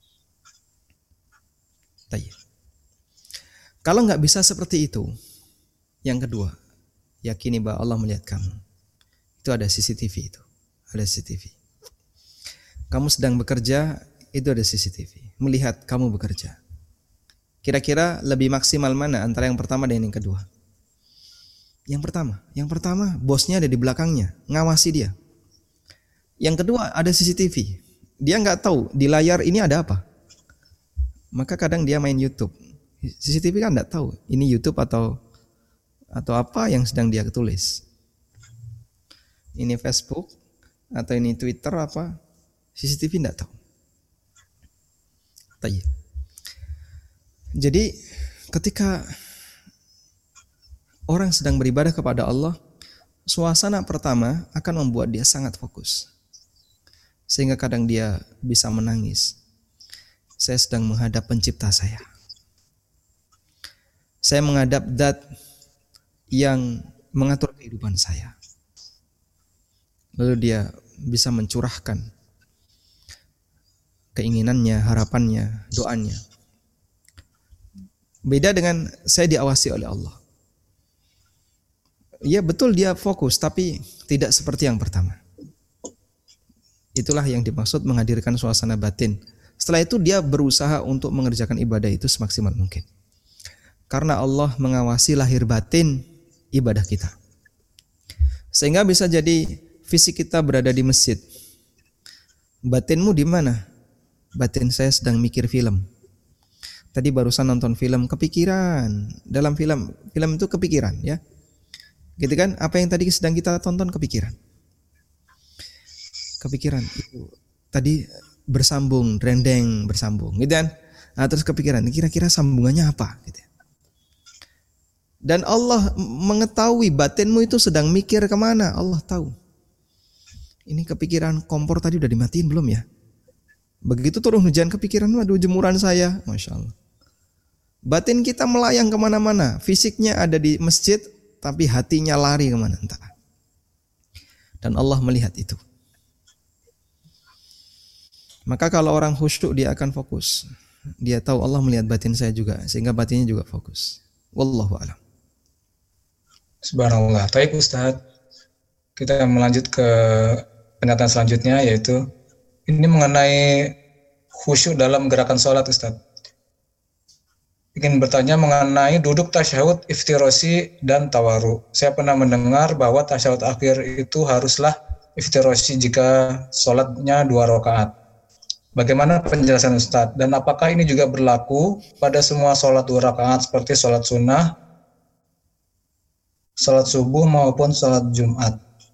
Tayyib. Kalau nggak bisa seperti itu, yang kedua, yakini bahwa Allah melihat kamu. Itu ada CCTV itu, ada CCTV. Kamu sedang bekerja, itu ada CCTV, melihat kamu bekerja. Kira-kira lebih maksimal mana antara yang pertama dan yang kedua? Yang pertama bosnya ada di belakangnya, ngawasi dia. Yang kedua ada CCTV, dia nggak tahu di layar ini ada apa. Maka kadang dia main YouTube. CCTV kan nggak tahu ini YouTube atau apa yang sedang dia tulis. Ini Facebook atau ini Twitter apa? CCTV nggak tahu. Tayyib. Jadi ketika orang sedang beribadah kepada Allah, suasana pertama akan membuat dia sangat fokus. Sehingga kadang dia bisa menangis. Saya sedang menghadap pencipta saya. Saya menghadap zat yang mengatur kehidupan saya. Lalu dia bisa mencurahkan keinginannya, harapannya, doanya. Beda dengan saya diawasi oleh Allah. Ya betul dia fokus, tapi tidak seperti yang pertama. Itulah yang dimaksud menghadirkan suasana batin. Setelah itu dia berusaha untuk mengerjakan ibadah itu semaksimal mungkin. Karena Allah mengawasi lahir batin ibadah kita. Sehingga bisa jadi fisik kita berada di masjid. Batinmu di mana? Batin saya sedang mikir film. Tadi barusan nonton film, kepikiran. Dalam film itu kepikiran ya. Gitu kan? Apa yang tadi sedang kita tonton kepikiran. Kepikiran itu tadi bersambung, rendeng bersambung, gitu kan? Nah, terus kepikiran, kira-kira sambungannya apa? Gitu. Dan Allah mengetahui batinmu itu sedang mikir kemana. Allah tahu. Ini kepikiran kompor tadi udah dimatiin belum ya? Begitu turun hujan kepikiran, waduh jemuran saya, Masya Allah. Batin kita melayang kemana-mana. Fisiknya ada di masjid, tapi hatinya lari kemana entah. Dan Allah melihat itu. Maka kalau orang khusyuk dia akan fokus. Dia tahu Allah melihat batin saya juga, sehingga batinnya juga fokus. Wallahu a'lam. Subhanallah. Baik Ustaz. Kita melanjut ke pernyataan selanjutnya, yaitu ini mengenai khusyuk dalam gerakan sholat Ustaz. Ingin bertanya mengenai duduk tasyahud, iftirosi, dan tawaru. Saya pernah mendengar bahwa tasyahud akhir itu haruslah iftirosi jika sholatnya 2 rakaat. Bagaimana penjelasan Ustadz? Dan apakah ini juga berlaku pada semua sholat 2 rakaat seperti sholat sunnah, sholat subuh maupun sholat Jumat?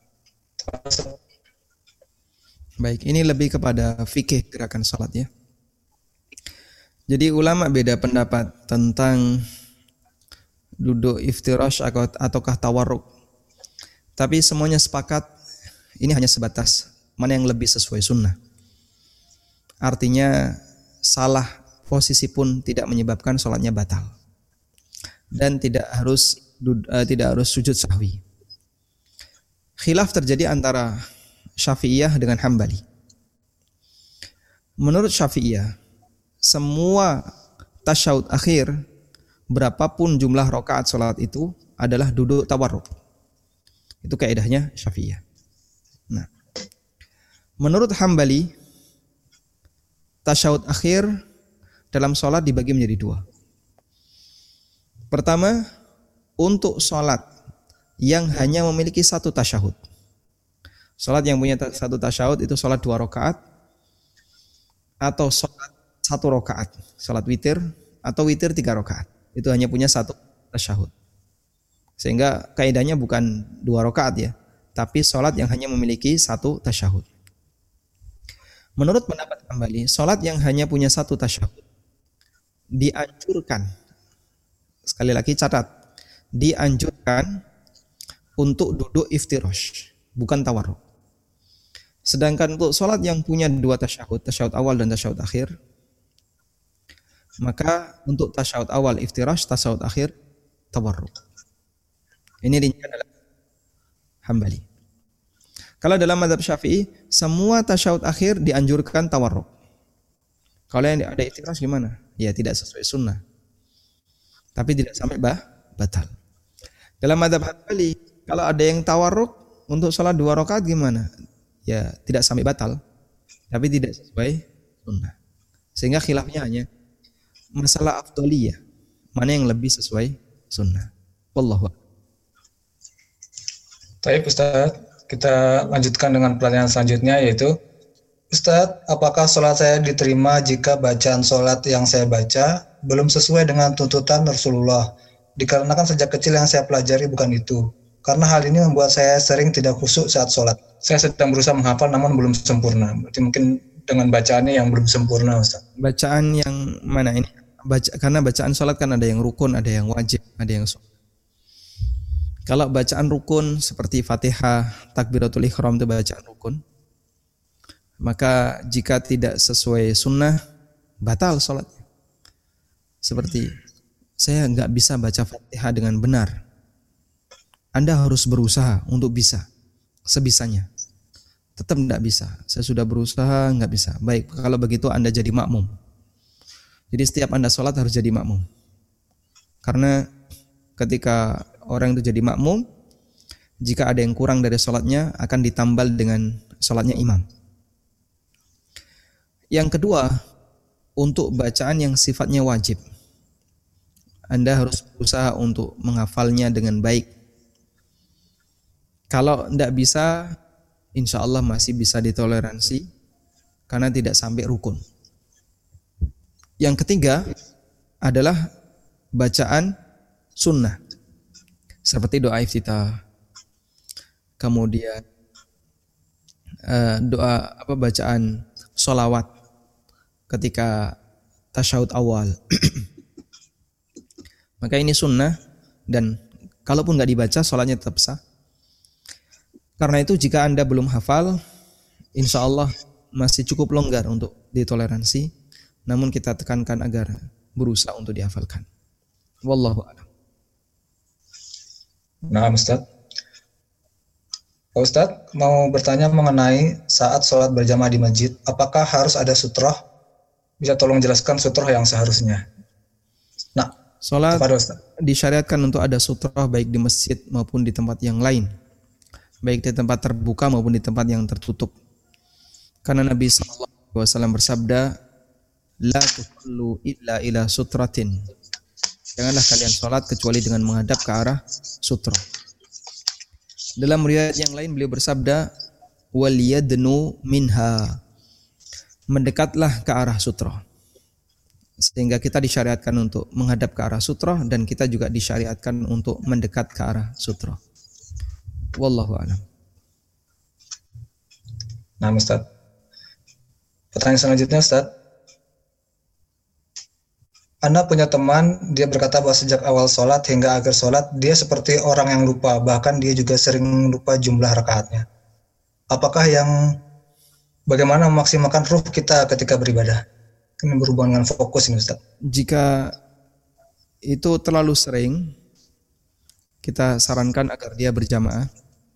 Baik, ini lebih kepada fikih gerakan sholat ya. Jadi ulama beda pendapat tentang duduk iftirash ataukah tawarruk. Tapi semuanya sepakat ini hanya sebatas mana yang lebih sesuai sunnah. Artinya salah posisi pun tidak menyebabkan sholatnya batal. Dan tidak harus sujud sahwi. Khilaf terjadi antara Syafi'iyah dengan Hambali. Menurut Syafi'iyah, semua tasyahud akhir berapapun jumlah rakaat salat itu adalah duduk tawarruk. Itu kaidahnya Syafi'iyah. Nah, menurut Hambali tasyahud akhir dalam salat dibagi menjadi 2. Pertama, untuk salat yang hanya memiliki 1 tasyahud. Salat yang punya 1 tasyahud itu salat 2 rakaat atau salat 1 rakaat, salat witir atau witir 3 rakaat. Itu hanya punya 1 tasyahud. Sehingga kaidahnya bukan 2 rakaat ya, tapi salat yang hanya memiliki 1 tasyahud. Menurut pendapat Hambali, salat yang hanya punya 1 tasyahud dianjurkan, sekali lagi catat, dianjurkan untuk duduk iftirash, bukan tawarruk. Sedangkan untuk salat yang punya 2 tasyahud, tasyahud awal dan tasyahud akhir, maka untuk tasyahud awal iftirash, tasyahud akhir tawarruk. Ini rincian dalam Hambali. Kalau dalam mazhab Syafi'i, semua tasyahud akhir dianjurkan tawarruk. Kalau yang ada iftiras gimana? Ya tidak sesuai sunnah. Tapi tidak sampai batal. Dalam mazhab Hambali, kalau ada yang tawarruk untuk sholat 2 rakaat gimana? Ya tidak sampai batal, tapi tidak sesuai sunnah. Sehingga khilafnya hanya masalah afdaliyah, mana yang lebih sesuai sunnah. Wallahu a'lam. Baik Ustaz, kita lanjutkan dengan pertanyaan selanjutnya, yaitu Ustaz, apakah sholat saya diterima jika bacaan sholat yang saya baca belum sesuai dengan tuntutan Rasulullah? Dikarenakan sejak kecil yang saya pelajari bukan itu. Karena hal ini membuat saya sering tidak khusyuk saat sholat. Saya sedang berusaha menghafal namun belum sempurna. Berarti mungkin dengan bacaannya yang belum sempurna, Ustaz. Bacaan yang mana ini? Karena bacaan sholat kan ada yang rukun, ada yang wajib, ada yang sunnah. Kalau bacaan rukun seperti Fatihah, Takbiratul Ihram itu bacaan rukun, maka jika tidak sesuai sunnah, batal sholatnya. Seperti saya nggak bisa baca Fatihah dengan benar. Anda harus berusaha untuk bisa sebisanya. Tetap tidak bisa. Saya sudah berusaha, nggak bisa. Baik, kalau begitu Anda jadi makmum. Jadi setiap Anda sholat harus jadi makmum. Karena ketika orang itu jadi makmum, jika ada yang kurang dari sholatnya akan ditambal dengan sholatnya imam. Yang kedua, untuk bacaan yang sifatnya wajib, Anda harus berusaha untuk menghafalnya dengan baik. Kalau tidak bisa, insya Allah masih bisa ditoleransi karena tidak sampai rukun. Yang ketiga adalah bacaan sunnah seperti doa iftitah, kemudian bacaan sholawat ketika tasyahud awal. Maka ini sunnah, dan kalaupun nggak dibaca sholatnya tetap sah. Karena itu jika Anda belum hafal, insya Allah masih cukup longgar untuk ditoleransi. Namun kita tekankan agar berusaha untuk dihafalkan. Wallahu a'lam. Nah, Ustaz. Pak Ustaz mau bertanya mengenai saat sholat berjamaah di masjid, apakah harus ada sutroh? Bisa tolong jelaskan sutroh yang seharusnya. Nah, sholat kepada Ustaz. Disyariatkan untuk ada sutroh baik di masjid maupun di tempat yang lain, baik di tempat terbuka maupun di tempat yang tertutup. Karena Nabi SAW bersabda, la tusallu illa ila sutratin. Janganlah kalian sholat kecuali dengan menghadap ke arah sutroh. Dalam riwayat yang lain beliau bersabda, wal yadnu minha. Mendekatlah ke arah sutroh. Sehingga kita disyariatkan untuk menghadap ke arah sutroh, dan kita juga disyariatkan untuk mendekat ke arah sutroh. Wallahu a'lam. Nah, Ustaz. Pertanyaan selanjutnya, Ustaz. Anda punya teman, dia berkata bahwa sejak awal sholat hingga akhir sholat, dia seperti orang yang lupa, bahkan dia juga sering lupa jumlah rakaatnya. Apakah bagaimana memaksimalkan ruh kita ketika beribadah? Ini berhubungan dengan fokus ini, Ustaz. Jika itu terlalu sering, kita sarankan agar dia berjamaah,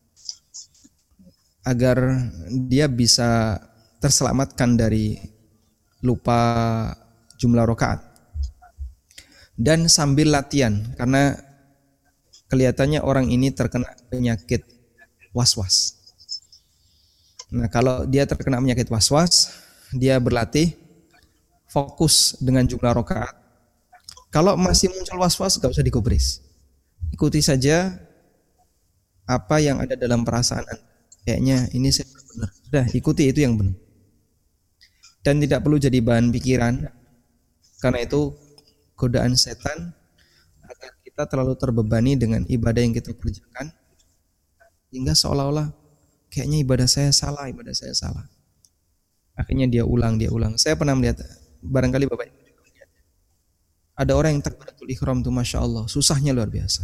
agar dia bisa terselamatkan dari lupa jumlah rakaat. Dan sambil latihan, karena kelihatannya orang ini terkena penyakit was-was. Nah, kalau dia terkena penyakit was-was, dia berlatih fokus dengan jumlah rakaat. Kalau masih muncul was-was, gak usah digubris. Ikuti saja apa yang ada dalam perasaan Anda. Kayaknya ini saya benar. Sudah, ikuti itu yang benar. Dan tidak perlu jadi bahan pikiran. Karena itu godaan setan agar kita terlalu terbebani dengan ibadah yang kita kerjakan, hingga seolah-olah kayaknya ibadah saya salah. Akhirnya dia ulang. Saya pernah melihat, barangkali Bapak Ibu juga melihat, ada orang yang takbiratul ihram itu Masya Allah, susahnya luar biasa.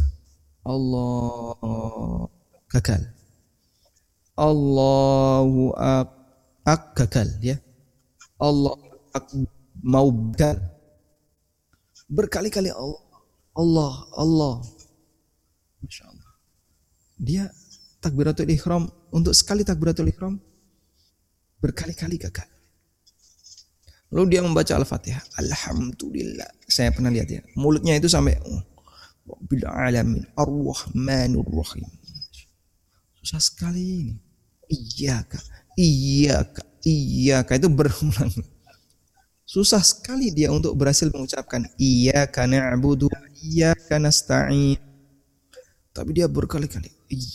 Allah gagal. Allahu gagal, ya. Allah mau gagal. Berkali-kali Allah. Masya Allah. Dia takbiratul ihram untuk sekali takbiratul ihram berkali-kali gagal. Lalu dia membaca Al-Fatihah, Alhamdulillah. Saya pernah lihat ya, mulutnya itu sampai Rabbil alamin ar-rahmanir rahim. Susah sekali ini. Iyyaka itu berulang. Susah sekali dia untuk berhasil mengucapkan iyyaka na'budu wa iyyaka nasta'in. Tapi dia berkali-kali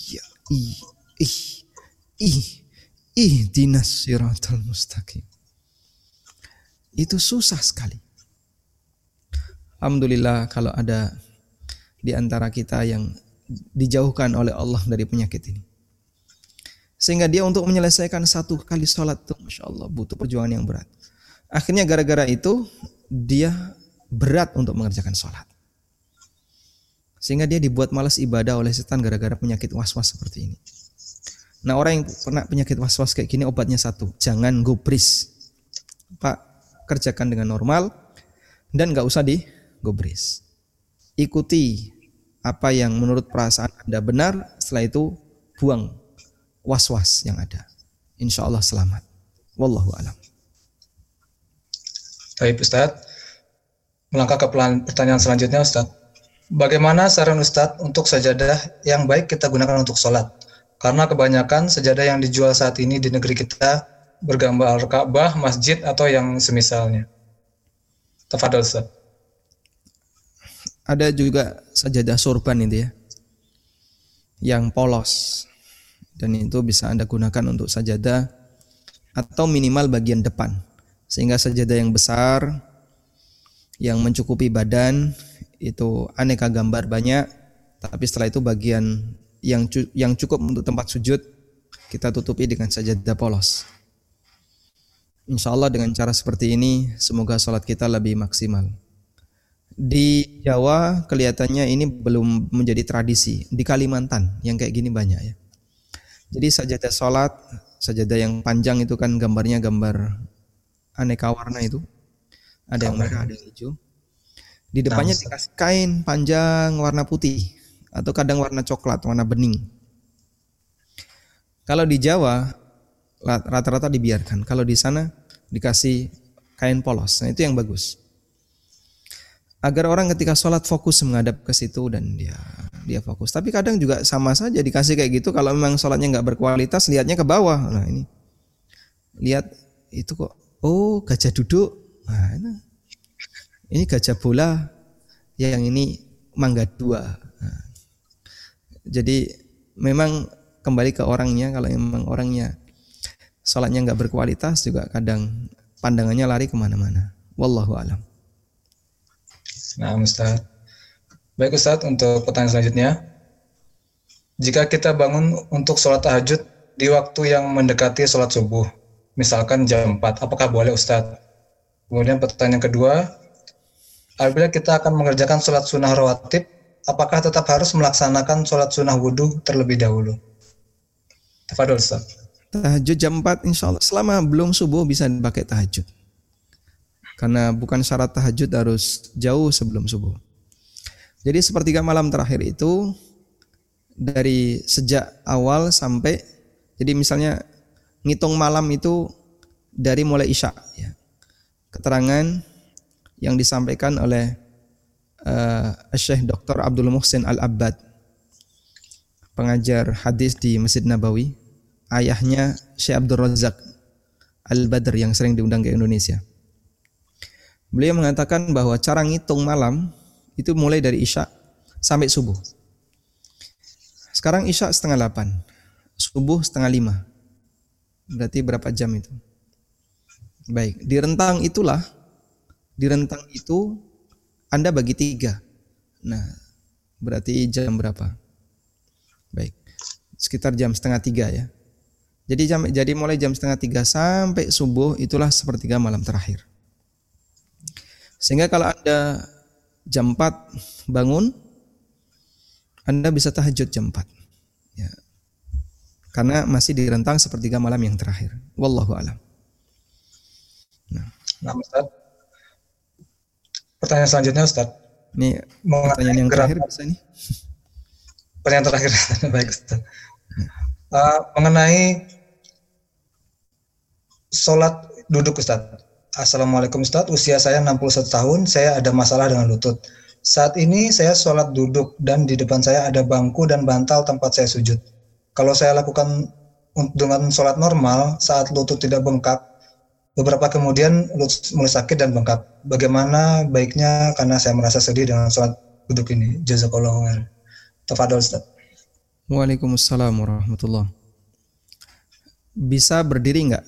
ihdinas siratal mustaqim. Itu susah sekali. Alhamdulillah kalau ada di antara kita yang dijauhkan oleh Allah dari penyakit ini. Sehingga dia untuk menyelesaikan satu kali sholat itu, Masya Allah, butuh perjuangan yang berat. Akhirnya gara-gara itu, dia berat untuk mengerjakan sholat. Sehingga dia dibuat malas ibadah oleh setan gara-gara penyakit was-was seperti ini. Nah, orang yang pernah penyakit was-was kayak gini, obatnya satu, jangan gubris. Pak, kerjakan dengan normal, dan gak usah digubris. Ikuti apa yang menurut perasaan Anda benar, setelah itu buang was-was yang ada. Insya Allah selamat. Wallahu a'lam. Baik Ustadz, melangkah ke pertanyaan selanjutnya Ustadz. Bagaimana saran Ustadz untuk sajadah yang baik kita gunakan untuk sholat? Karena kebanyakan sajadah yang dijual saat ini di negeri kita bergambar Ka'bah, masjid, atau yang semisalnya. Tafadhol Ustadz. Ada juga sajadah sorban itu ya, yang polos. Dan itu bisa Anda gunakan untuk sajadah atau minimal bagian depan. Sehingga sajadah yang besar, yang mencukupi badan, itu aneka gambar banyak. Tapi setelah itu bagian yang cukup untuk tempat sujud, kita tutupi dengan sajadah polos. Insya Allah dengan cara seperti ini, semoga sholat kita lebih maksimal. Di Jawa kelihatannya ini belum menjadi tradisi. Di Kalimantan yang kayak gini banyak ya. Jadi sajadah sholat, sajadah yang panjang itu kan gambarnya gambar aneka warna itu. Ada yang merah, ada yang hijau. Di depannya dikasih kain panjang warna putih atau kadang warna coklat, warna bening. Kalau di Jawa rata-rata dibiarkan. Kalau di sana dikasih kain polos. Nah itu yang bagus. Agar orang ketika sholat fokus menghadap ke situ dan dia fokus. Tapi kadang juga sama saja dikasih kayak gitu. Kalau memang sholatnya nggak berkualitas, lihatnya ke bawah. Nah ini, lihat itu kok. Oh gajah duduk. Nah, ini gajah bola. Yang ini mangga dua. Nah, jadi memang kembali ke orangnya. Kalau memang orangnya sholatnya nggak berkualitas, juga kadang pandangannya lari kemana-mana. Wallahu a'lam. Nah, Ustaz. Baik Ustaz, untuk pertanyaan selanjutnya. Jika kita bangun untuk sholat tahajud di waktu yang mendekati sholat subuh, misalkan jam 4, apakah boleh Ustaz? Kemudian pertanyaan kedua, apabila kita akan mengerjakan sholat sunnah rawatib, apakah tetap harus melaksanakan sholat sunnah wudhu terlebih dahulu? Tafadhol Ustaz. Tahajud jam 4 insya Allah selama belum subuh bisa dipakai tahajud. Karena bukan syarat tahajud harus jauh sebelum subuh. Jadi sepertiga malam terakhir itu dari sejak awal sampai, jadi misalnya ngitung malam itu dari mulai isya ya. Keterangan yang disampaikan oleh Syekh Dr. Abdul Muhsin Al-Abbad, pengajar hadis di Masjid Nabawi, ayahnya Syekh Abdul Razak Al-Badr yang sering diundang ke Indonesia. Beliau mengatakan bahwa cara ngitung malam itu mulai dari isya sampai subuh. Sekarang isya 7:30, subuh 4:30. Berarti berapa jam itu? Baik, di rentang itu Anda bagi 3. Nah, berarti jam berapa? Baik, sekitar jam 2:30 ya. Jadi mulai jam 2:30 sampai subuh itulah sepertiga malam terakhir. Sehingga kalau Anda jam 4 bangun, Anda bisa tahajud jam 4 ya. Karena masih di rentang sepertiga malam yang terakhir. Wallahu a'lam. Nah Ustaz, pertanyaan selanjutnya Ustaz. Ini pertanyaan yang terakhir bisa nih. Pertanyaan terakhir. Baik Ustaz. Mengenai sholat duduk Ustaz. Assalamualaikum Ustaz, usia saya 61 tahun, saya ada masalah dengan lutut. Saat ini saya sholat duduk dan di depan saya ada bangku dan bantal tempat saya sujud. Kalau saya lakukan dengan sholat normal, saat lutut tidak bengkak, beberapa kemudian lutut mulai sakit dan bengkak. Bagaimana baiknya karena saya merasa sedih dengan sholat duduk ini? Jazakallahu khairan. Tafadhol Ustaz. Waalaikumsalam warahmatullahi. Bisa berdiri nggak?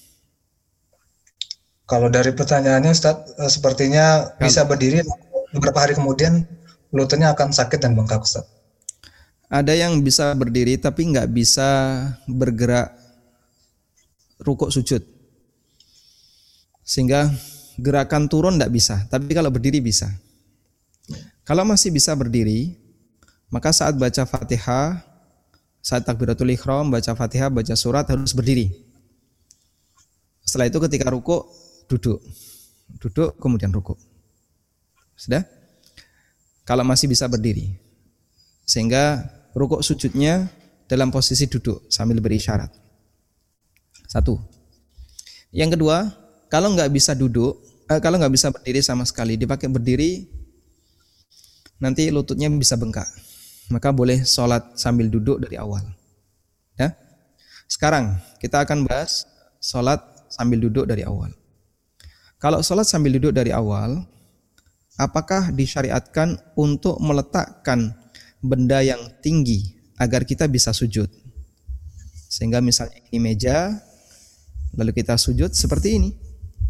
Kalau dari pertanyaannya Ustaz, sepertinya bisa berdiri, beberapa hari kemudian lututnya akan sakit dan bengkak Ustaz. Ada yang bisa berdiri tapi nggak bisa bergerak rukuk sujud. Sehingga gerakan turun nggak bisa, tapi kalau berdiri bisa. Kalau masih bisa berdiri, maka saat baca Fatihah, saat takbiratul ihram, baca Fatihah, baca surat harus berdiri. Setelah itu ketika rukuk, duduk. Duduk kemudian rukuk. Sudah? Kalau masih bisa berdiri. Sehingga rukuk sujudnya dalam posisi duduk sambil berisyarat. Satu. Yang kedua, kalau nggak bisa duduk, kalau nggak bisa berdiri sama sekali, dipakai berdiri, nanti lututnya bisa bengkak. Maka boleh sholat sambil duduk dari awal. Ya. Sekarang kita akan bahas sholat sambil duduk dari awal. Kalau sholat sambil duduk dari awal, apakah disyariatkan untuk meletakkan benda yang tinggi agar kita bisa sujud? Sehingga misalnya ini meja, lalu kita sujud seperti ini.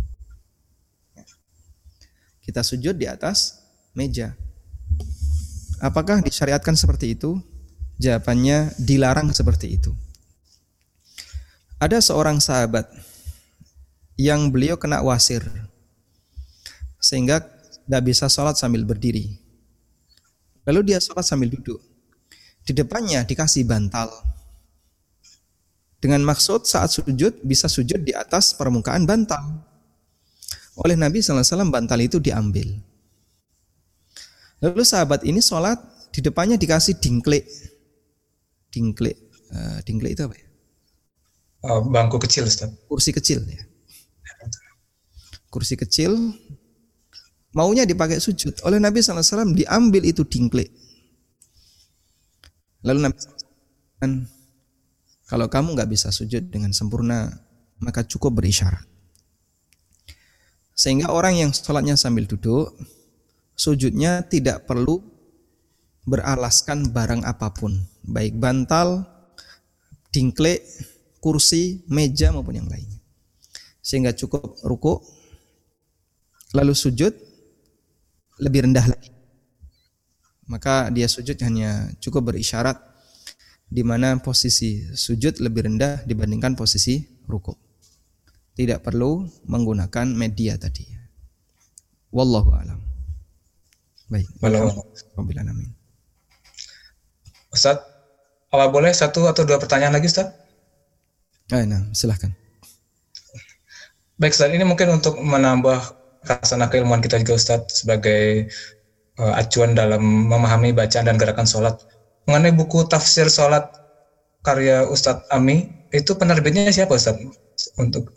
Kita sujud di atas meja. Apakah disyariatkan seperti itu? Jawabannya dilarang seperti itu. Ada seorang sahabat yang beliau kena wasir sehingga tidak bisa sholat sambil berdiri. Lalu dia sholat sambil duduk. Di depannya dikasih bantal. Dengan maksud saat sujud bisa sujud di atas permukaan bantal. Oleh Nabi SAW bantal itu diambil. Lalu sahabat ini sholat, di depannya dikasih dingklik. Dingklik itu apa ya? Bangku kecil Ustaz. Kursi kecil ya. Kursi kecil, maunya dipakai sujud. Oleh Nabi SAW diambil itu dingklik. Lalu Nabi SAW, kalau kamu nggak bisa sujud dengan sempurna, maka cukup berisyarat. Sehingga orang yang sholatnya sambil duduk, sujudnya tidak perlu beralaskan barang apapun, baik bantal, dingklik, kursi, meja maupun yang lainnya. Sehingga cukup rukuk, lalu sujud lebih rendah lagi. Maka dia sujud hanya cukup berisyarat, di mana posisi sujud lebih rendah dibandingkan posisi rukuk. Tidak perlu menggunakan media tadi. Wallahu a'lam. Baik. Rabbil alamin. Ustaz, apa boleh satu atau dua pertanyaan lagi Ustaz? Nah, silahkan. Baik Ustaz, ini mungkin untuk menambah kasanah keilmuan kita juga Ustaz sebagai acuan dalam memahami bacaan dan gerakan sholat. Mengenai buku tafsir sholat karya Ustadz Ami, itu penerbitnya siapa Ustaz? Untuk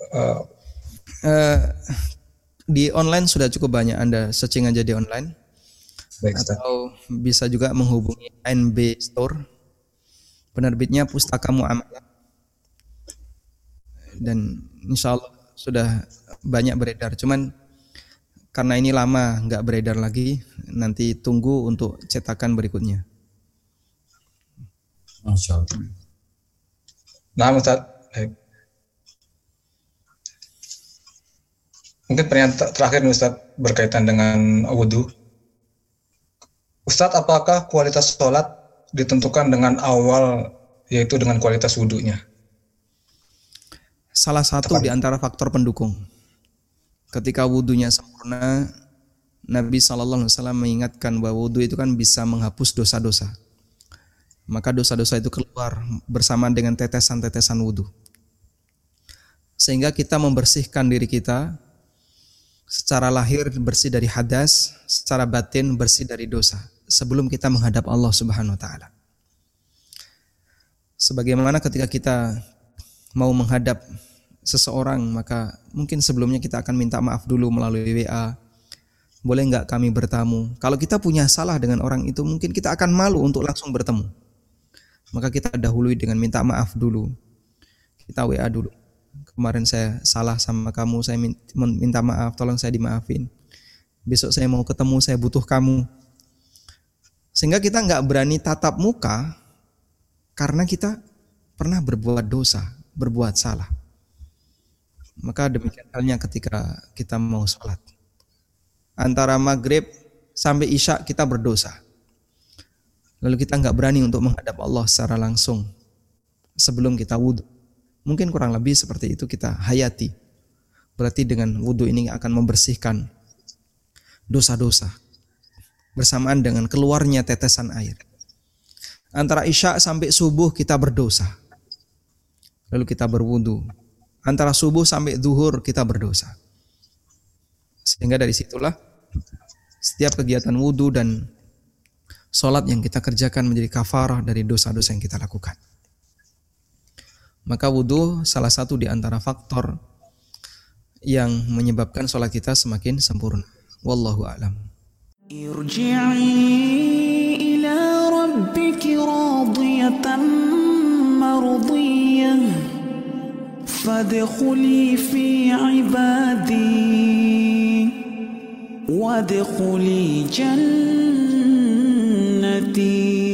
di online sudah cukup banyak, Anda searching aja di online. Baik, Ustaz. Atau bisa juga menghubungi NB Store. Penerbitnya Pustaka Muamalah. Dan insya Allah sudah banyak beredar. Cuman karena ini lama nggak beredar lagi, nanti tunggu untuk cetakan berikutnya. Masya Allah. Nah Ustaz, baik. Mungkin pertanyaan terakhir nih Ustaz berkaitan dengan wudhu. Ustaz, apakah kualitas sholat ditentukan dengan awal, yaitu dengan kualitas wudhunya? Salah satu di antara faktor pendukung. Ketika wudhunya sempurna, Nabi SAW mengingatkan bahwa wudhu itu kan bisa menghapus dosa-dosa. Maka dosa-dosa itu keluar bersamaan dengan tetesan-tetesan wudhu. Sehingga kita membersihkan diri kita, secara lahir bersih dari hadas, secara batin bersih dari dosa, sebelum kita menghadap Allah Subhanahu wa taala. Sebagaimana ketika kita mau menghadap seseorang, maka mungkin sebelumnya kita akan minta maaf dulu melalui WA. Boleh nggak kami bertamu? Kalau kita punya salah dengan orang itu, mungkin kita akan malu untuk langsung bertemu. Maka kita dahului dengan minta maaf dulu. Kita WA dulu. Kemarin saya salah sama kamu, saya minta maaf, tolong saya dimaafin. Besok saya mau ketemu, saya butuh kamu. Sehingga kita nggak berani tatap muka karena kita pernah berbuat dosa, berbuat salah. Maka demikian halnya ketika kita mau sholat. Antara maghrib sampai isya kita berdosa. Lalu kita nggak berani untuk menghadap Allah secara langsung sebelum kita wudhu. Mungkin kurang lebih seperti itu kita hayati. Berarti dengan wudhu ini akan membersihkan dosa-dosa bersamaan dengan keluarnya tetesan air. Antara isya sampai subuh kita berdosa. Lalu kita berwudu. Antara subuh sampai zuhur kita berdosa. Sehingga dari situlah setiap kegiatan wudu dan sholat yang kita kerjakan menjadi kafarah dari dosa-dosa yang kita lakukan. Maka wudu salah satu di antara faktor yang menyebabkan sholat kita semakin sempurna. Wallahu a'lam. Irji'i ila rabbiki radiyatan mardiyah fadkhuli fi ibadi wadkhuli jannati.